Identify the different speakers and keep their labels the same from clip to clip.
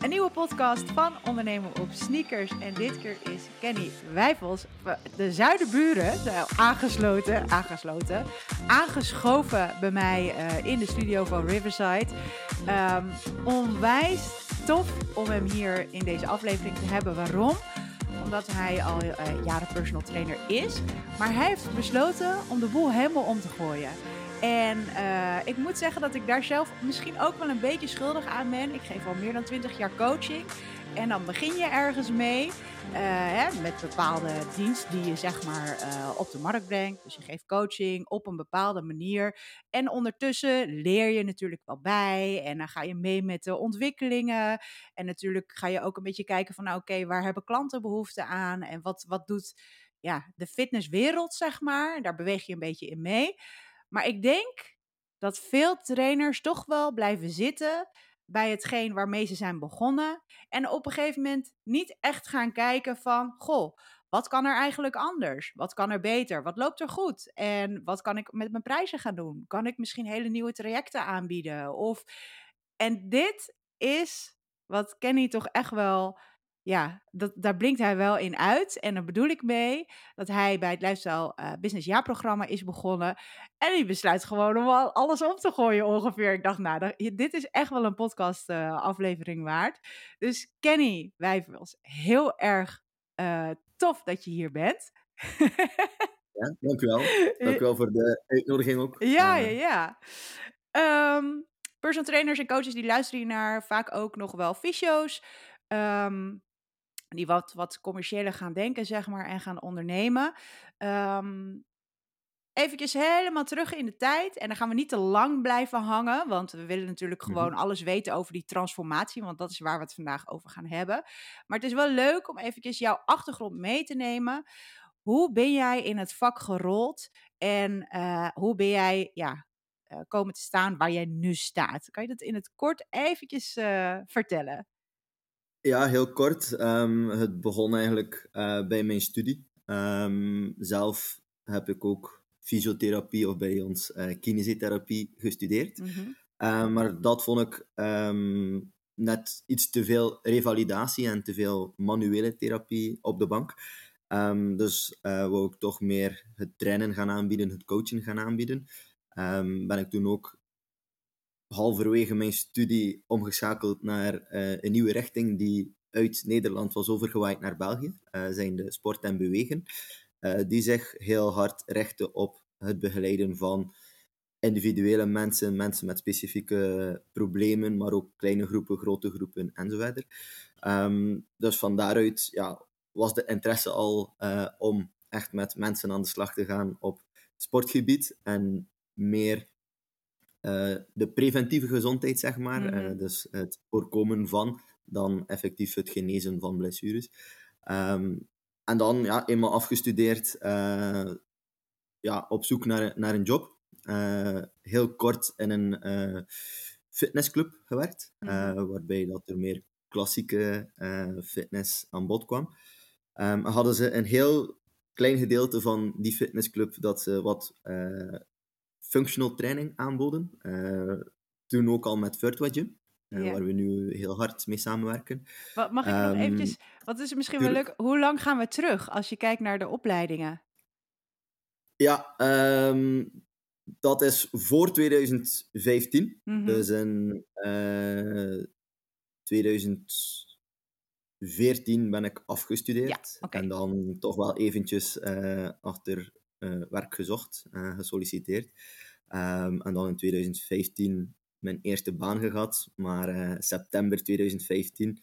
Speaker 1: Een nieuwe podcast van Ondernemen op Sneakers. En dit keer is Kenny Wijfels, de Zuiderburen, aangeschoven bij mij in de studio van Riverside. Onwijs tof om hem hier in deze aflevering te hebben. Waarom? Omdat hij al jaren personal trainer is. Maar hij heeft besloten om de boel helemaal om te gooien. En ik moet zeggen dat ik daar zelf misschien ook wel een beetje schuldig aan ben. Ik geef al meer dan 20 jaar coaching. En dan begin je ergens mee met bepaalde dienst die je zeg maar op de markt brengt. Dus je geeft coaching op een bepaalde manier. En ondertussen leer je natuurlijk wel bij. En dan ga je mee met de ontwikkelingen. En natuurlijk ga je ook een beetje kijken van oké, waar hebben klanten behoefte aan? En wat doet de fitnesswereld, zeg maar. Daar beweeg je een beetje in mee. Maar ik denk dat veel trainers toch wel blijven zitten bij hetgeen waarmee ze zijn begonnen. En op een gegeven moment niet echt gaan kijken van, goh, wat kan er eigenlijk anders? Wat kan er beter? Wat loopt er goed? En wat kan ik met mijn prijzen gaan doen? Kan ik misschien hele nieuwe trajecten aanbieden? En dit is wat Kenny toch echt wel, daar blinkt hij wel in uit. En daar bedoel ik mee dat hij bij het Lifestyle Business Jaarprogramma is begonnen. En die besluit gewoon om alles op te gooien ongeveer. Ik dacht, dit is echt wel een podcast aflevering waard. Dus Kenny Wijfels, heel erg tof dat je hier bent.
Speaker 2: Ja, dankjewel. Dankjewel voor de uitnodiging ook.
Speaker 1: Ja. Personal trainers en coaches die luisteren hier naar, vaak ook nog wel fysio's. Die wat commerciëler gaan denken, zeg maar, en gaan ondernemen. Eventjes helemaal terug in de tijd. En dan gaan we niet te lang blijven hangen. Want we willen natuurlijk gewoon alles weten over die transformatie. Want dat is waar we het vandaag over gaan hebben. Maar het is wel leuk om eventjes jouw achtergrond mee te nemen. Hoe ben jij in het vak gerold? En hoe ben jij komen te staan waar jij nu staat? Kan je dat in het kort eventjes vertellen?
Speaker 2: Ja, heel kort. Het begon eigenlijk bij mijn studie. Zelf heb ik ook fysiotherapie of bij ons kinesietherapie gestudeerd. Maar dat vond ik net iets te veel revalidatie en te veel manuele therapie op de bank. Dus wou ik toch meer het trainen gaan aanbieden, het coachen gaan aanbieden. Ben ik toen ook halverwege mijn studie omgeschakeld naar een nieuwe richting die uit Nederland was overgewaaid naar België, zijn de sport en bewegen, die zich heel hard richten op het begeleiden van individuele mensen met specifieke problemen, maar ook kleine groepen, grote groepen enzovoort. Dus van daaruit was de interesse al om echt met mensen aan de slag te gaan op sportgebied en meer de preventieve gezondheid, zeg maar. Dus het voorkomen van, dan effectief het genezen van blessures. En dan, eenmaal afgestudeerd, op zoek naar een job. Heel kort in een fitnessclub gewerkt, waarbij dat er meer klassieke fitness aan bod kwam. Hadden ze een heel klein gedeelte van die fitnessclub dat ze wat functional training aanboden. Toen ook al met Virtua Gym, waar we nu heel hard mee samenwerken.
Speaker 1: Mag ik nog eventjes, wat is misschien wel leuk, hoe lang gaan we terug als je kijkt naar de opleidingen?
Speaker 2: Ja, dat is voor 2015. Dus in 2014 ben ik afgestudeerd.
Speaker 1: Ja, okay.
Speaker 2: En dan toch wel eventjes achter werk gezocht, gesolliciteerd. En dan in 2015 mijn eerste baan gehad. Maar september 2015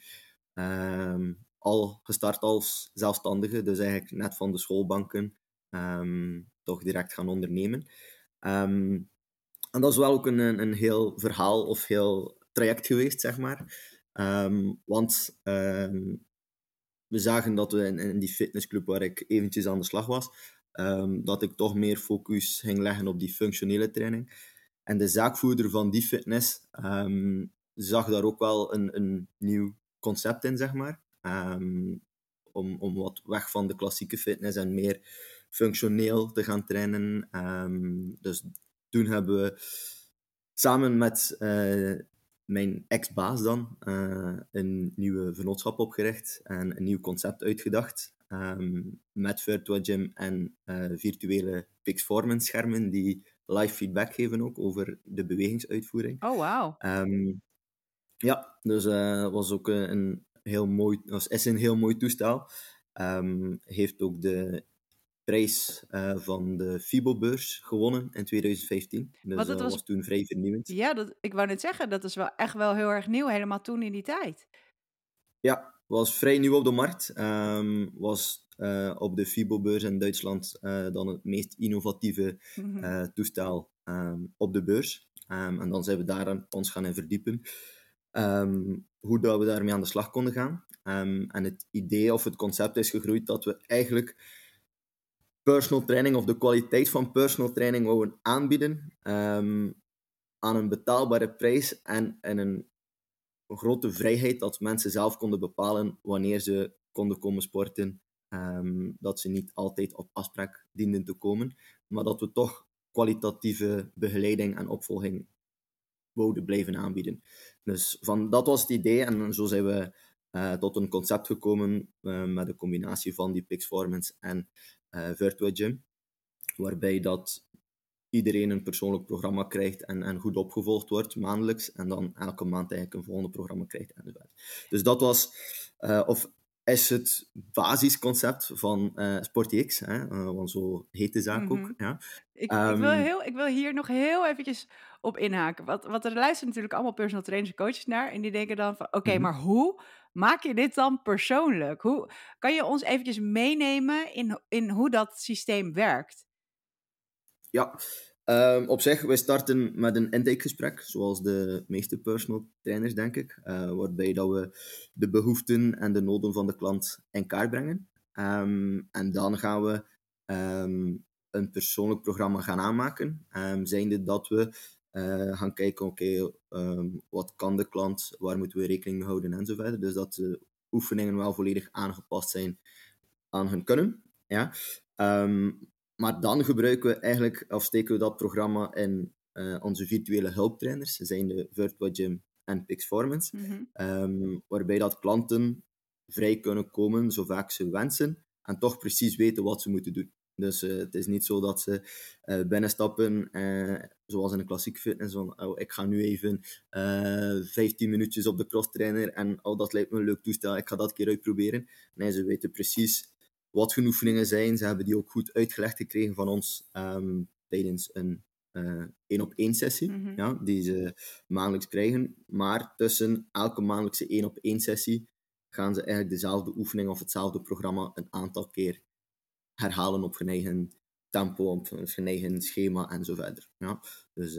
Speaker 2: al gestart als zelfstandige. Dus eigenlijk net van de schoolbanken toch direct gaan ondernemen. En dat is wel ook een heel verhaal of heel traject geweest, zeg maar. Want we zagen dat we in die fitnessclub waar ik eventjes aan de slag was, dat ik toch meer focus ging leggen op die functionele training. En de zaakvoerder van die fitness zag daar ook wel een nieuw concept in, zeg maar. Om wat weg van de klassieke fitness en meer functioneel te gaan trainen. Dus toen hebben we samen met mijn ex-baas dan een nieuwe vennootschap opgericht en een nieuw concept uitgedacht. Met Virtua Gym en virtuele Pixformance schermen die live feedback geven ook over de bewegingsuitvoering.
Speaker 1: Oh, wauw.
Speaker 2: Ja, dus was ook is een heel mooi toestel. Heeft ook de prijs van de FIBO-beurs gewonnen in 2015. Dus
Speaker 1: Want het
Speaker 2: dat
Speaker 1: was,
Speaker 2: was toen vrij vernieuwend.
Speaker 1: ja, ik wou net zeggen, dat is wel echt wel heel erg nieuw, helemaal toen in die tijd.
Speaker 2: Ja, was vrij nieuw op de markt. Was op de FIBO-beurs in Duitsland dan het meest innovatieve toestel op de beurs. En dan zijn we daar ons gaan in verdiepen. Hoe dat we daarmee aan de slag konden gaan. En het idee of het concept is gegroeid dat we eigenlijk personal training of de kwaliteit van personal training wouden aanbieden aan een betaalbare prijs en een grote vrijheid dat mensen zelf konden bepalen wanneer ze konden komen sporten. Dat ze niet altijd op afspraak dienden te komen, maar dat we toch kwalitatieve begeleiding en opvolging wouden blijven aanbieden. Dus dat was het idee en zo zijn we tot een concept gekomen met een combinatie van die Pixformance en Virtua Gym, waarbij dat iedereen een persoonlijk programma krijgt en goed opgevolgd wordt maandelijks en dan elke maand eigenlijk een volgende programma krijgt. Dus dat was, of is het basisconcept van SportyX, want zo heet de zaak ook. Ja.
Speaker 1: Ik wil hier nog heel eventjes op inhaken. Want er luisteren natuurlijk allemaal personal trainers en coaches naar. En die denken dan van, oké, maar hoe maak je dit dan persoonlijk? Kan je ons eventjes meenemen in hoe dat systeem werkt?
Speaker 2: Ja, op zich, wij starten met een intakegesprek, zoals de meeste personal trainers, denk ik, waarbij dat we de behoeften en de noden van de klant in kaart brengen. En dan gaan we een persoonlijk programma gaan aanmaken, zijnde dat we gaan kijken, oké, wat kan de klant, waar moeten we rekening mee houden enzovoort. Dus dat de oefeningen wel volledig aangepast zijn aan hun kunnen. Ja. Maar dan gebruiken we eigenlijk, of steken we dat programma in onze virtuele hulptrainers, zijn de Virtua Gym en Pixformance, waarbij dat klanten vrij kunnen komen zo vaak ze wensen en toch precies weten wat ze moeten doen. Dus het is niet zo dat ze binnenstappen, zoals in een klassieke fitness, van ik ga nu even 15 minuutjes op de crosstrainer en dat lijkt me een leuk toestel, ik ga dat een keer uitproberen. Nee, ze weten precies wat hun oefeningen zijn. Ze hebben die ook goed uitgelegd gekregen van ons tijdens een 1-op-1 sessie, die ze maandelijks krijgen. Maar tussen elke maandelijkse 1-op-1 sessie gaan ze eigenlijk dezelfde oefening of hetzelfde programma een aantal keer herhalen op hun eigen tempo, op hun eigen schema en zo verder. Ja. Dus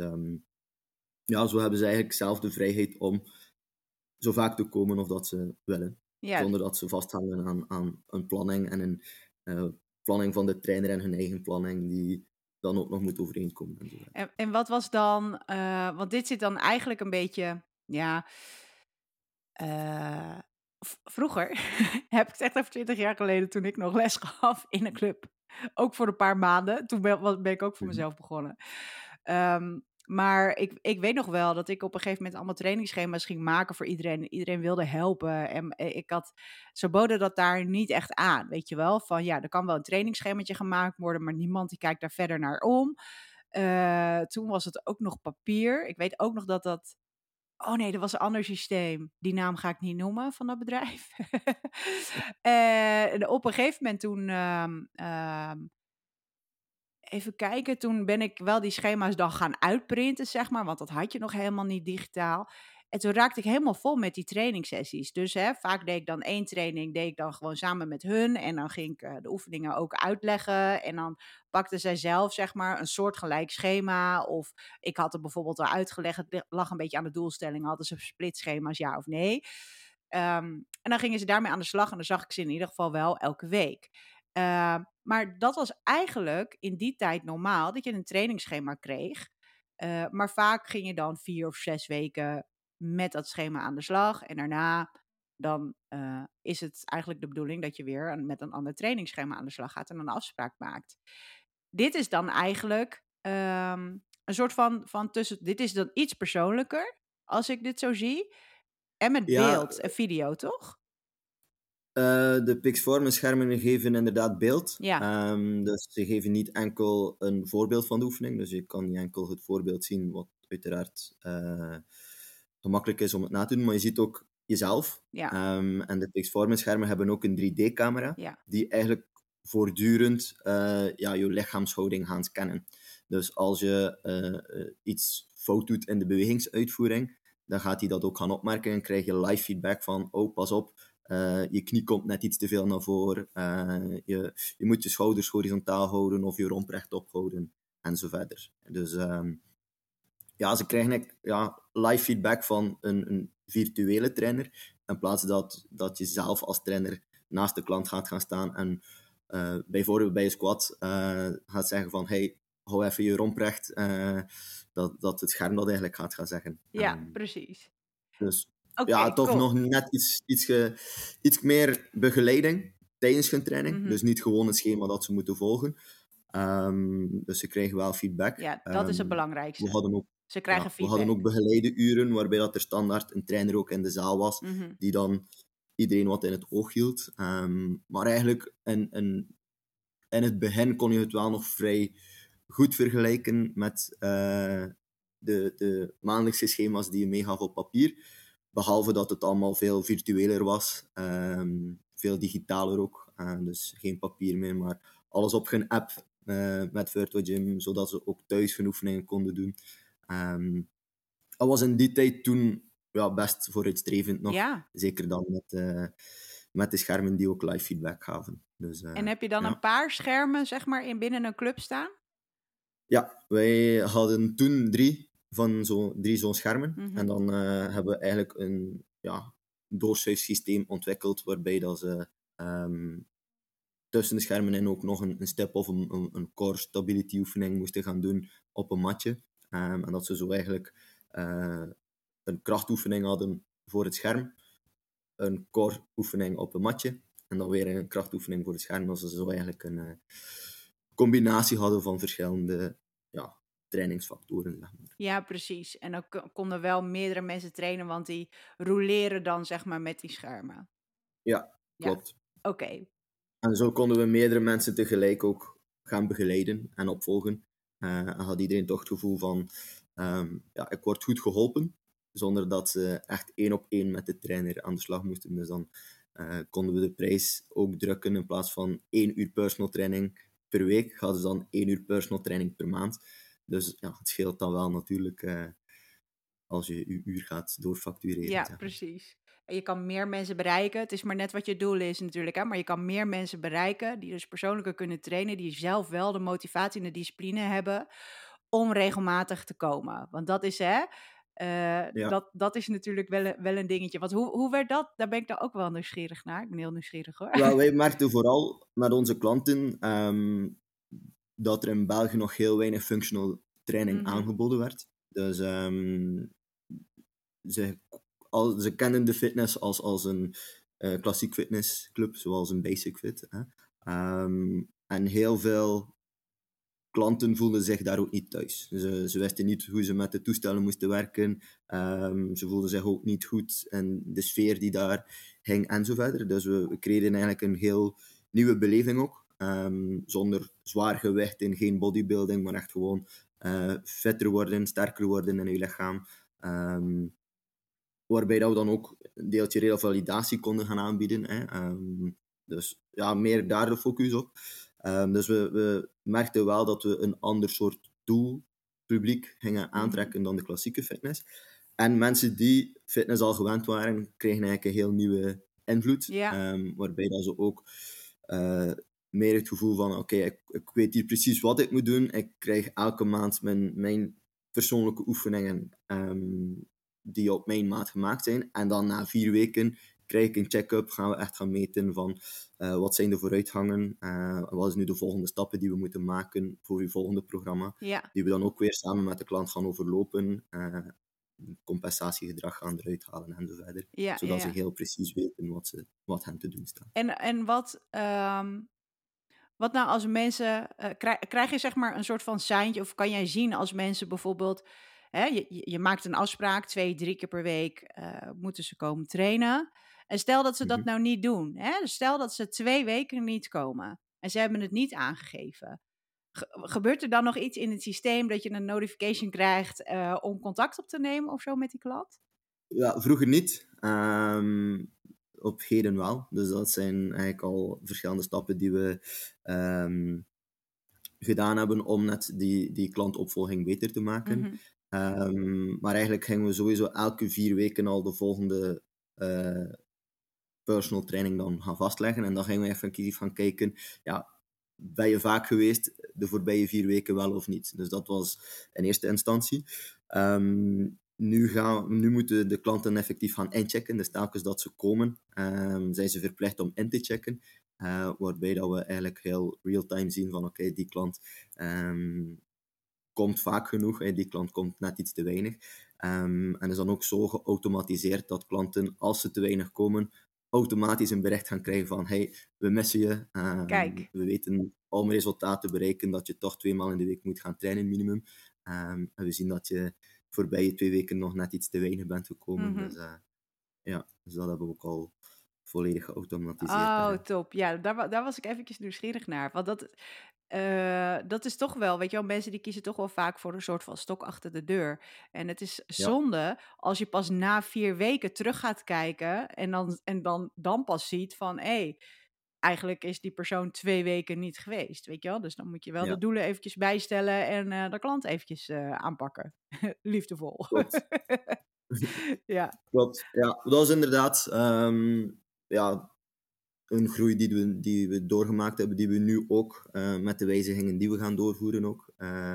Speaker 2: zo hebben ze eigenlijk zelf de vrijheid om zo vaak te komen of dat ze willen.
Speaker 1: Ja.
Speaker 2: Zonder dat ze vasthouden aan een planning en een planning van de trainer en hun eigen planning, die dan ook nog moet overeenkomen.
Speaker 1: En wat was dan, want dit zit dan eigenlijk een beetje, ja, vroeger, heb ik het echt over 20 jaar geleden, toen ik nog les gaf in een club. Ook voor een paar maanden. Toen ben ik ook voor mezelf begonnen. Maar ik weet nog wel dat ik op een gegeven moment allemaal trainingsschema's ging maken voor iedereen. Iedereen wilde helpen. En ze boden dat daar niet echt aan, weet je wel. Van ja, er kan wel een trainingsschemaatje gemaakt worden, maar niemand die kijkt daar verder naar om. Toen was het ook nog papier. Ik weet ook nog dat... Oh nee, dat was een ander systeem. Die naam ga ik niet noemen van dat bedrijf. Op een gegeven moment toen... even kijken, toen ben ik wel die schema's dan gaan uitprinten, zeg maar. Want dat had je nog helemaal niet digitaal. En toen raakte ik helemaal vol met die trainingssessies. Dus vaak deed ik dan 1 training, deed ik dan gewoon samen met hun. En dan ging ik de oefeningen ook uitleggen. En dan pakte zij zelf, zeg maar, een soortgelijk schema. Of ik had het bijvoorbeeld al uitgelegd. Het lag een beetje aan de doelstelling. Hadden ze splitschema's, ja of nee. En dan gingen ze daarmee aan de slag. En dan zag ik ze in ieder geval wel elke week. Maar dat was eigenlijk in die tijd normaal, dat je een trainingsschema kreeg. Maar vaak ging je dan 4 of 6 weken met dat schema aan de slag. En daarna dan is het eigenlijk de bedoeling dat je weer met een ander trainingsschema aan de slag gaat en een afspraak maakt. Dit is dan eigenlijk een soort van tussen. Dit is dan iets persoonlijker als ik dit zo zie. En met
Speaker 2: Ja,
Speaker 1: beeld en video, toch?
Speaker 2: de Pixform schermen geven inderdaad beeld.
Speaker 1: Ja,
Speaker 2: Dus ze geven niet enkel een voorbeeld van de oefening. Dus je kan niet enkel het voorbeeld zien, wat uiteraard gemakkelijk is om het na te doen, maar je ziet ook jezelf.
Speaker 1: ja,
Speaker 2: En de Pixform schermen hebben ook een 3D-camera,
Speaker 1: ja,
Speaker 2: die eigenlijk voortdurend ja, je lichaamshouding gaan scannen. Dus als je iets fout doet in de bewegingsuitvoering, dan gaat hij dat ook gaan opmerken en krijg je live feedback van, oh, pas op, je knie komt net iets te veel naar voren. Je moet je schouders horizontaal houden of je romp rechtop houden. En zo verder. Dus ja, ze krijgen ja, live feedback van een virtuele trainer. In plaats dat je zelf als trainer naast de klant gaat gaan staan en bijvoorbeeld bij je squat gaat zeggen van hey, hou even je romp recht. Dat het scherm dat eigenlijk gaat gaan zeggen.
Speaker 1: ja, precies.
Speaker 2: Dus ja,
Speaker 1: Oké,
Speaker 2: toch nog
Speaker 1: cool.
Speaker 2: net iets meer begeleiding tijdens hun training.
Speaker 1: Mhm.
Speaker 2: Dus niet gewoon een schema dat ze moeten volgen. Dus ze krijgen wel feedback.
Speaker 1: Ja, dat is het
Speaker 2: We
Speaker 1: belangrijkste.
Speaker 2: hadden ook,
Speaker 1: Ze krijgen
Speaker 2: we
Speaker 1: feedback.
Speaker 2: hadden ook begeleide uren, waarbij dat er standaard een trainer ook in de zaal was,
Speaker 1: Mhm.
Speaker 2: die dan iedereen wat in het oog hield. Maar eigenlijk in het begin kon je het wel nog vrij goed vergelijken met de maandelijkse schema's die je meegaf op papier. Behalve dat het allemaal veel virtueler was, veel digitaler ook. Dus geen papier meer, maar alles op hun app met Virtual Gym, zodat ze ook thuis hun oefeningen konden doen. Dat was in die tijd toen ja, best vooruitstrevend nog.
Speaker 1: Ja.
Speaker 2: Zeker dan met de schermen die ook live feedback gaven. Dus,
Speaker 1: En heb je dan
Speaker 2: ja.
Speaker 1: een paar schermen, zeg maar, binnen een club staan?
Speaker 2: Ja, wij hadden toen drie zo'n schermen.
Speaker 1: Mhm.
Speaker 2: En dan hebben we eigenlijk een doorzuissysteem ontwikkeld waarbij dat ze tussen de schermen in ook nog een step of een core stability oefening moesten gaan doen op een matje. En dat ze zo eigenlijk een krachtoefening hadden voor het scherm, een core oefening op een matje en dan weer een krachtoefening voor het scherm. Dat ze zo eigenlijk een combinatie hadden van verschillende trainingsfactoren. Zeg maar.
Speaker 1: Ja, precies. En dan konden wel meerdere mensen trainen, want die roleren dan, zeg maar, met die schermen.
Speaker 2: Ja,
Speaker 1: Ja.
Speaker 2: klopt.
Speaker 1: Oké.
Speaker 2: En zo konden we meerdere mensen tegelijk ook gaan begeleiden en opvolgen. En had iedereen toch het gevoel van, ik word goed geholpen, zonder dat ze echt 1-op-1 met de trainer aan de slag moesten. Dus dan konden we de prijs ook drukken. In plaats van 1 uur personal training per week, hadden ze dan 1 uur personal training per maand. Dus ja, het scheelt dan wel natuurlijk als je je uur gaat doorfactureren.
Speaker 1: Ja,
Speaker 2: zeg maar.
Speaker 1: precies. En je kan meer mensen bereiken. Het is maar net wat je doel is natuurlijk, hè? Maar je kan meer mensen bereiken die dus persoonlijker kunnen trainen, die zelf wel de motivatie en de discipline hebben om regelmatig te komen. Want dat is, hè,
Speaker 2: Ja.
Speaker 1: dat is natuurlijk wel een dingetje. Want hoe werd dat? Daar ben ik dan ook wel nieuwsgierig naar. Ik ben heel nieuwsgierig hoor.
Speaker 2: Wel, wij merkten vooral met onze klanten dat er in België nog heel weinig functional training
Speaker 1: Mhm.
Speaker 2: aangeboden werd. Dus ze kennen de fitness als een klassiek fitnessclub, zoals een Basic Fit. Hè. En heel veel klanten voelden zich daar ook niet thuis. Ze wisten niet hoe ze met de toestellen moesten werken. Ze voelden zich ook niet goed in de sfeer die daar hing en zo verder. Dus we kregen eigenlijk een heel nieuwe beleving ook. Zonder zwaar gewicht en geen bodybuilding, maar echt gewoon fitter worden, sterker worden in je lichaam. Waarbij dat we dan ook een deeltje revalidatie konden gaan aanbieden. Hè. Dus ja, meer daar de focus op. Dus we merkten wel dat we een ander soort doelpubliek gingen aantrekken dan de klassieke fitness. En mensen die fitness al gewend waren, kregen eigenlijk een heel nieuwe invloed.
Speaker 1: Ja.
Speaker 2: Waarbij dat ze ook meer het gevoel van oké, ik weet hier precies wat ik moet doen. Ik krijg elke maand mijn persoonlijke oefeningen die op mijn maat gemaakt zijn. En dan na 4 weken krijg ik een check-up, gaan we echt gaan meten van wat zijn de vooruitgangen, wat is nu de volgende stappen die we moeten maken voor je volgende programma,
Speaker 1: Ja.
Speaker 2: die we dan ook weer samen met de klant gaan overlopen, compensatiegedrag gaan eruit halen en zo verder.
Speaker 1: Ja,
Speaker 2: Zodat
Speaker 1: ja,
Speaker 2: ze
Speaker 1: ja.
Speaker 2: heel precies weten wat hen te doen staat.
Speaker 1: En wat nou als mensen, krijg je zeg maar een soort van seintje, of kan jij zien als mensen bijvoorbeeld Hè, je maakt een afspraak, 2, 3 keer per week moeten ze komen trainen. En stel dat ze dat
Speaker 2: Mhm.
Speaker 1: nou niet doen. Hè? Dus stel dat ze 2 weken niet komen en ze hebben het niet aangegeven. Gebeurt er dan nog iets in het systeem dat je een notification krijgt om contact op te nemen of zo met die klant?
Speaker 2: Ja, vroeger niet. Op heden wel. Dus dat zijn eigenlijk al verschillende stappen die we gedaan hebben om net die klantopvolging beter te maken.
Speaker 1: Mhm.
Speaker 2: Maar eigenlijk gingen we sowieso elke 4 weken al de volgende personal training dan gaan vastleggen. En dan gingen we effectief gaan kijken, ja, ben je vaak geweest de voorbije 4 weken wel of niet? Dus dat was in eerste instantie. Nu moeten de klanten effectief gaan inchecken. Dus telkens dat ze komen, zijn ze verplicht om in te checken. Waarbij dat we eigenlijk heel real-time zien van oké, die klant komt vaak genoeg, die klant komt net iets te weinig. En is dan ook zo geautomatiseerd dat klanten, als ze te weinig komen, automatisch een bericht gaan krijgen van hey, we missen je.
Speaker 1: Kijk.
Speaker 2: We weten om resultaat te bereiken dat je toch 2 maal in de week moet gaan trainen, minimum. En we zien dat je voorbije 2 weken nog net iets te weinig bent gekomen.
Speaker 1: Mhm.
Speaker 2: Dus dus dat hebben we ook al volledig geautomatiseerd
Speaker 1: Oh,
Speaker 2: daarin.
Speaker 1: top. Ja, daar was ik eventjes nieuwsgierig naar. Want dat is toch wel, weet je wel, mensen die kiezen toch wel vaak voor een soort van stok achter de deur. En het is
Speaker 2: Ja,
Speaker 1: zonde als je pas na 4 weken terug gaat kijken en dan pas ziet van, hé, eigenlijk is die persoon 2 weken niet geweest, weet je wel. Dus dan moet je wel de
Speaker 2: ja,
Speaker 1: doelen eventjes bijstellen en de klant eventjes aanpakken. Liefdevol.
Speaker 2: klopt.
Speaker 1: Ja,
Speaker 2: Klopt. Ja, dat is inderdaad ja, een groei die we doorgemaakt hebben, die we nu ook met de wijzigingen die we gaan doorvoeren ook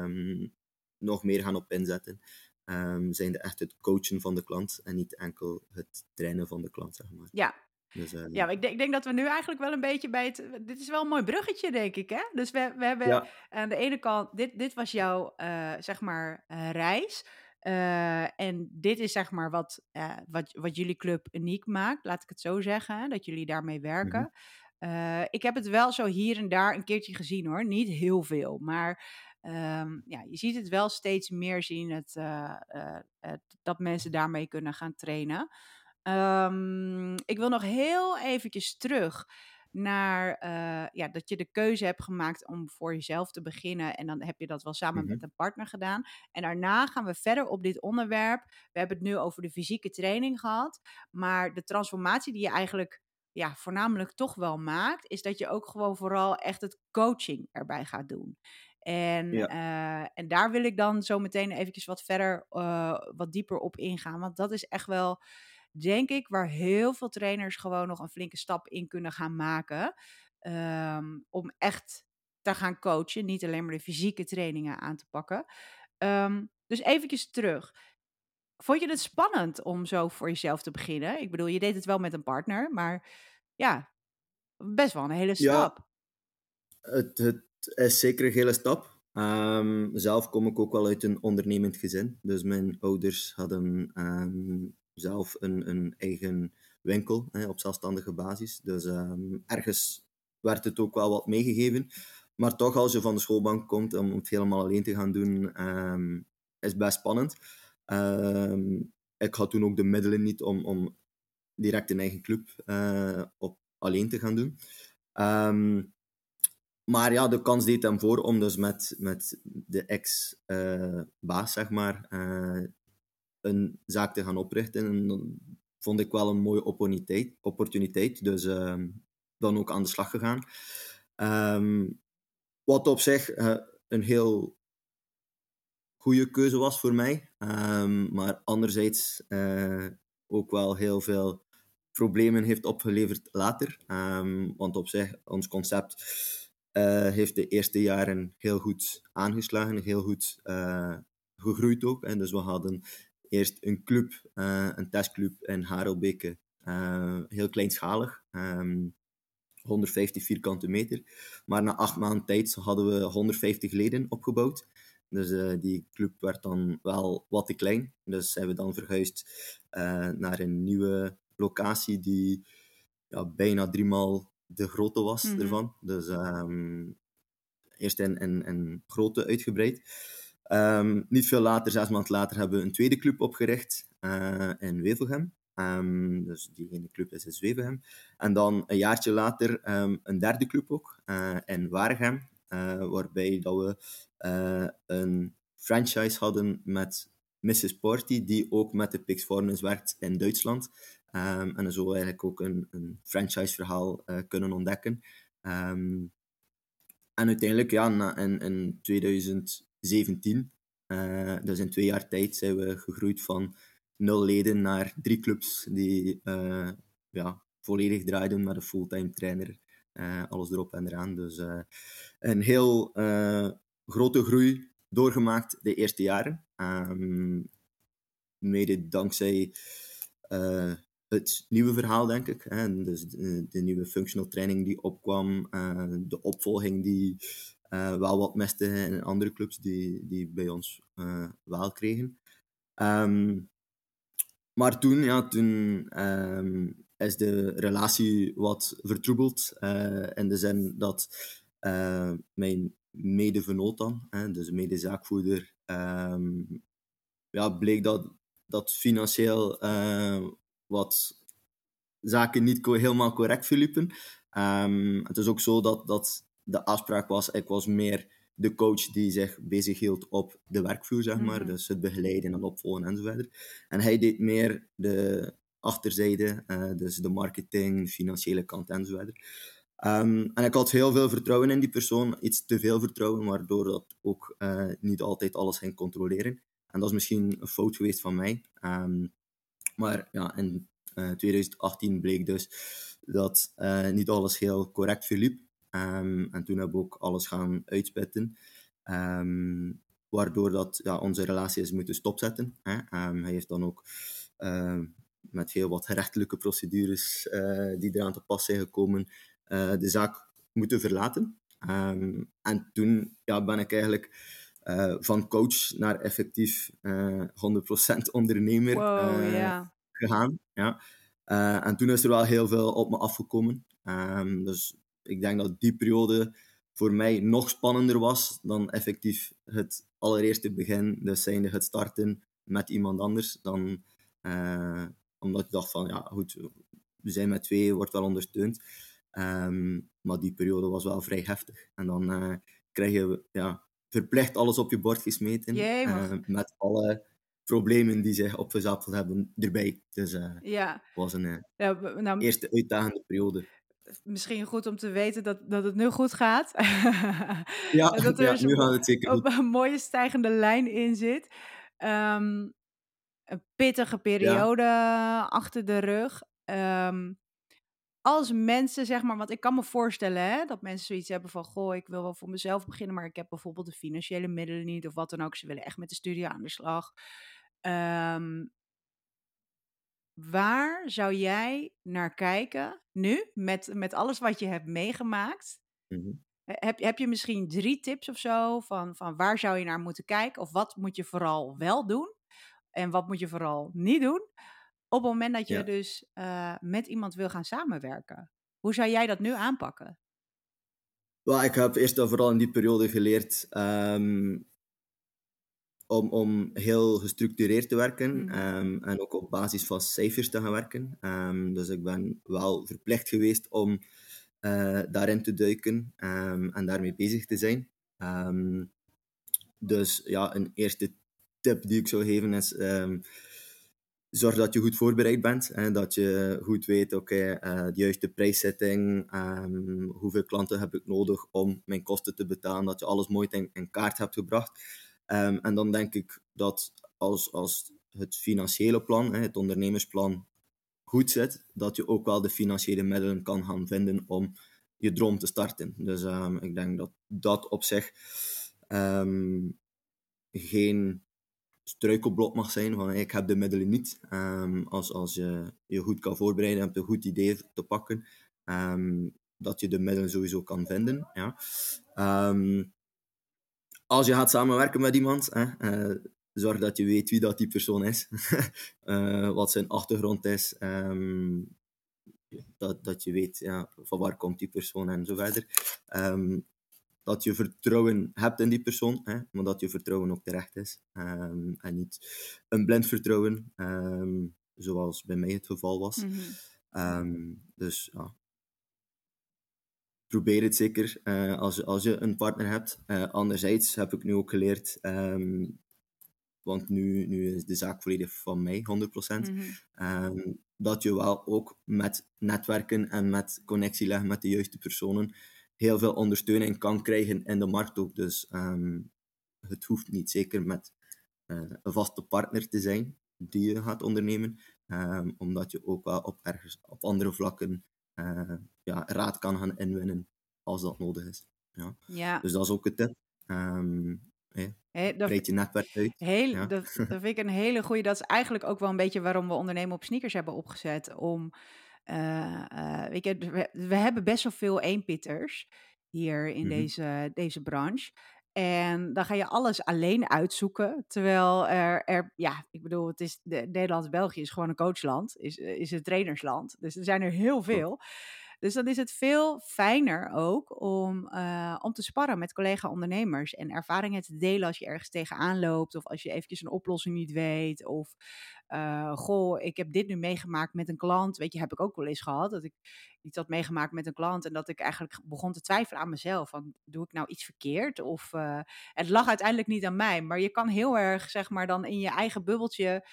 Speaker 2: nog meer gaan op inzetten. Zijn echt het coachen van de klant en niet enkel het trainen van de klant, zeg maar.
Speaker 1: ja.
Speaker 2: Dus
Speaker 1: Ja, maar ik denk dat we nu eigenlijk wel een beetje bij het... Dit is wel een mooi bruggetje, denk ik, hè? Dus we hebben
Speaker 2: ja,
Speaker 1: aan de ene kant... Dit was jouw, zeg maar, reis. En dit is, zeg maar, wat jullie club uniek maakt. Laat ik het zo zeggen, hè, dat jullie daarmee
Speaker 2: mhm,
Speaker 1: werken. Ik heb het wel zo hier en daar een keertje gezien, hoor. Niet heel veel, maar... ja, je ziet het wel steeds meer zien dat mensen daarmee kunnen gaan trainen. Ik wil nog heel eventjes terug naar ja, dat je de keuze hebt gemaakt om voor jezelf te beginnen. En dan heb je dat wel samen
Speaker 2: mhm,
Speaker 1: met een partner gedaan. En daarna gaan we verder op dit onderwerp. We hebben het nu over de fysieke training gehad. Maar de transformatie die je eigenlijk ja, voornamelijk toch wel maakt, is dat je ook gewoon vooral echt het coaching erbij gaat doen.
Speaker 2: ja,
Speaker 1: En daar wil ik dan zo meteen eventjes wat verder, wat dieper op ingaan. Want dat is echt wel, denk ik, waar heel veel trainers gewoon nog een flinke stap in kunnen gaan maken. Om echt te gaan coachen. Niet alleen maar de fysieke trainingen aan te pakken. Dus eventjes terug. Vond je het spannend om zo voor jezelf te beginnen? Ik bedoel, je deed het wel met een partner, maar ja, best wel een hele
Speaker 2: ja,
Speaker 1: stap.
Speaker 2: het is zeker een hele stap. Zelf kom ik ook wel uit een ondernemend gezin. Dus mijn ouders hadden zelf een eigen winkel op zelfstandige basis. Dus ergens werd het ook wel wat meegegeven. Maar toch, als je van de schoolbank komt om het helemaal alleen te gaan doen, is best spannend. Ehm, ik had toen ook de middelen niet om direct een eigen club op alleen te gaan doen. Ehm, maar ja, de kans deed hem voor om dus met de ex-baas, zeg maar, een zaak te gaan oprichten. En dan vond ik wel een mooie opportuniteit. Dus dan ook aan de slag gegaan. Wat op zich een heel goede keuze was voor mij. Maar anderzijds ook wel heel veel problemen heeft opgeleverd later. Want op zich, ons concept heeft de eerste jaren heel goed aangeslagen, heel goed gegroeid ook. Hè. Dus we hadden eerst een club, een testclub in Harelbeke, heel kleinschalig. 150 vierkante meter. Maar na 8 maanden tijd hadden we 150 leden opgebouwd. Dus die club werd dan wel wat te klein. Dus zijn we dan verhuisd naar een nieuwe locatie die ja, bijna 3 maal de grootte was
Speaker 1: Mhm.
Speaker 2: ervan. Dus eerst in grootte uitgebreid. Niet veel later, 6 maanden later, hebben we een tweede club opgericht in Wevelgem. Dus die ene club is in Wevelgem. En dan een jaartje later een derde club ook, in Waregem. Waarbij dat we een franchise hadden met Mrs. Party, die ook met de Pixformers werkt in Duitsland. En zo eigenlijk ook een franchise-verhaal kunnen ontdekken. En uiteindelijk, ja, in 2017, dus in 2 jaar tijd, zijn we gegroeid van 0 leden naar 3 clubs die ja, volledig draaiden met een fulltime trainer. Alles erop en eraan. Dus een heel grote groei doorgemaakt de eerste jaren. Mede dankzij het nieuwe verhaal, denk ik. Hè. Dus de nieuwe functional training die opkwam, de opvolging die wel wat miste in andere clubs die bij ons wel kregen. Maar toen is de relatie wat vertroebeld. In de zin dat mijn mede-vernoot dan, dus medezaakvoerder, ja, bleek dat financieel wat zaken niet helemaal correct verliepen. Het is ook zo dat de afspraak was, ik was meer de coach die zich bezig hield op de werkvloer, zeg maar. Dus het begeleiden en opvolgen enzovoort. En hij deed meer de achterzijde, dus de marketing, financiële kant enzovoort. En ik had heel veel vertrouwen in die persoon, iets te veel vertrouwen, waardoor dat ook niet altijd alles ging controleren. En dat is misschien een fout geweest van mij. Maar ja, in 2018 bleek dus dat niet alles heel correct verliep. En toen hebben we ook alles gaan uitspitten. Waardoor dat, ja, onze relatie is moeten stopzetten. Hè. Hij heeft dan ook met heel wat gerechtelijke procedures die eraan te pas zijn gekomen, de zaak moeten verlaten. En toen, ja, ben ik eigenlijk van coach naar effectief 100% ondernemer
Speaker 1: Wow, ja.
Speaker 2: gegaan. Ja. En toen is er wel heel veel op me afgekomen. Dus ik denk dat die periode voor mij nog spannender was dan effectief het allereerste begin, dus zijnde het starten met iemand anders. Dan, omdat ik dacht van, ja goed, we zijn met 2, wordt wel ondersteund. Maar die periode was wel vrij heftig. En dan krijg je, ja, verplicht alles op je bord gesmeten.
Speaker 1: Jemig.
Speaker 2: Met alle problemen die zich opgezapeld hebben erbij. Dus het
Speaker 1: Ja.
Speaker 2: was een
Speaker 1: Ja, nou,
Speaker 2: eerste uitdagende periode.
Speaker 1: misschien goed om te weten dat het nu goed gaat.
Speaker 2: Ja,
Speaker 1: En dat er
Speaker 2: ja,
Speaker 1: dus
Speaker 2: nu gaat het zeker goed.
Speaker 1: een mooie stijgende lijn in zit. Ehm, een pittige
Speaker 2: Ja.
Speaker 1: periode achter de rug. Als mensen, zeg maar, want ik kan me voorstellen hè, dat mensen zoiets hebben van, goh, ik wil wel voor mezelf beginnen, maar ik heb bijvoorbeeld de financiële middelen niet of wat dan ook. Ze willen echt met de studie aan de slag. Ehm, Waar zou jij naar kijken nu, met alles wat je hebt meegemaakt?
Speaker 2: Mhm.
Speaker 1: Heb je misschien 3 tips of zo van waar zou je naar moeten kijken? Of wat moet je vooral wel doen? En wat moet je vooral niet doen? Op het moment dat je
Speaker 2: Ja.
Speaker 1: dus met iemand wil gaan samenwerken. Hoe zou jij dat nu aanpakken?
Speaker 2: Wel, ik heb eerst en vooral in die periode geleerd om heel gestructureerd te werken en ook op basis van cijfers te gaan werken. Dus ik ben wel verplicht geweest om daarin te duiken en daarmee bezig te zijn. Dus ja, een eerste tip die ik zou geven is zorg dat je goed voorbereid bent en dat je goed weet, oké, de juiste prijszetting, hoeveel klanten heb ik nodig om mijn kosten te betalen, dat je alles mooi in kaart hebt gebracht. En dan denk ik dat als het financiële plan, het ondernemersplan, goed zit, dat je ook wel de financiële middelen kan gaan vinden om je droom te starten. Dus ik denk dat dat op zich geen struikelblok mag zijn van ik heb de middelen niet. Als je je goed kan voorbereiden en hebt een goed idee te pakken, dat je de middelen sowieso kan vinden. Ja. Als je gaat samenwerken met iemand, zorg dat je weet wie dat die persoon is, wat zijn achtergrond is, dat je weet, ja, van waar komt die persoon en zo verder. dat je vertrouwen hebt in die persoon, hè, maar dat je vertrouwen ook terecht is. En niet een blind vertrouwen, zoals bij mij het geval was. Dus ja, probeer het zeker als je een partner hebt. Anderzijds heb ik nu ook geleerd, want nu is de zaak volledig van mij, 100%. Dat je wel ook met netwerken en met connectie leggen met de juiste personen heel veel ondersteuning kan krijgen in de markt ook. Dus het hoeft niet zeker met een vaste partner te zijn die je gaat ondernemen, omdat je ook wel op andere vlakken raad kan gaan inwinnen als dat nodig is. Ja.
Speaker 1: Ja.
Speaker 2: Dus dat is ook het tip. Breid je netwerk uit. Ja.
Speaker 1: Dat vind ik een hele goeie. Dat is eigenlijk ook wel een beetje waarom we Ondernemen op Sneakers hebben opgezet. Weet je, we hebben best wel veel eenpitters hier in deze branche. En dan ga je alles alleen uitzoeken. Terwijl ik bedoel, het is Nederland-België is gewoon een coachland, is een trainersland. Dus er zijn er heel veel. Dus dan is het veel fijner ook om te sparren met collega-ondernemers en ervaringen te delen als je ergens tegenaan loopt of als je eventjes een oplossing niet weet of ik heb dit nu meegemaakt met een klant. Weet je, heb ik ook wel eens gehad dat ik iets had meegemaakt met een klant en dat ik eigenlijk begon te twijfelen aan mezelf. Van, doe ik nou iets verkeerd? Of het lag uiteindelijk niet aan mij, maar je kan heel erg, zeg maar, dan in je eigen bubbeltje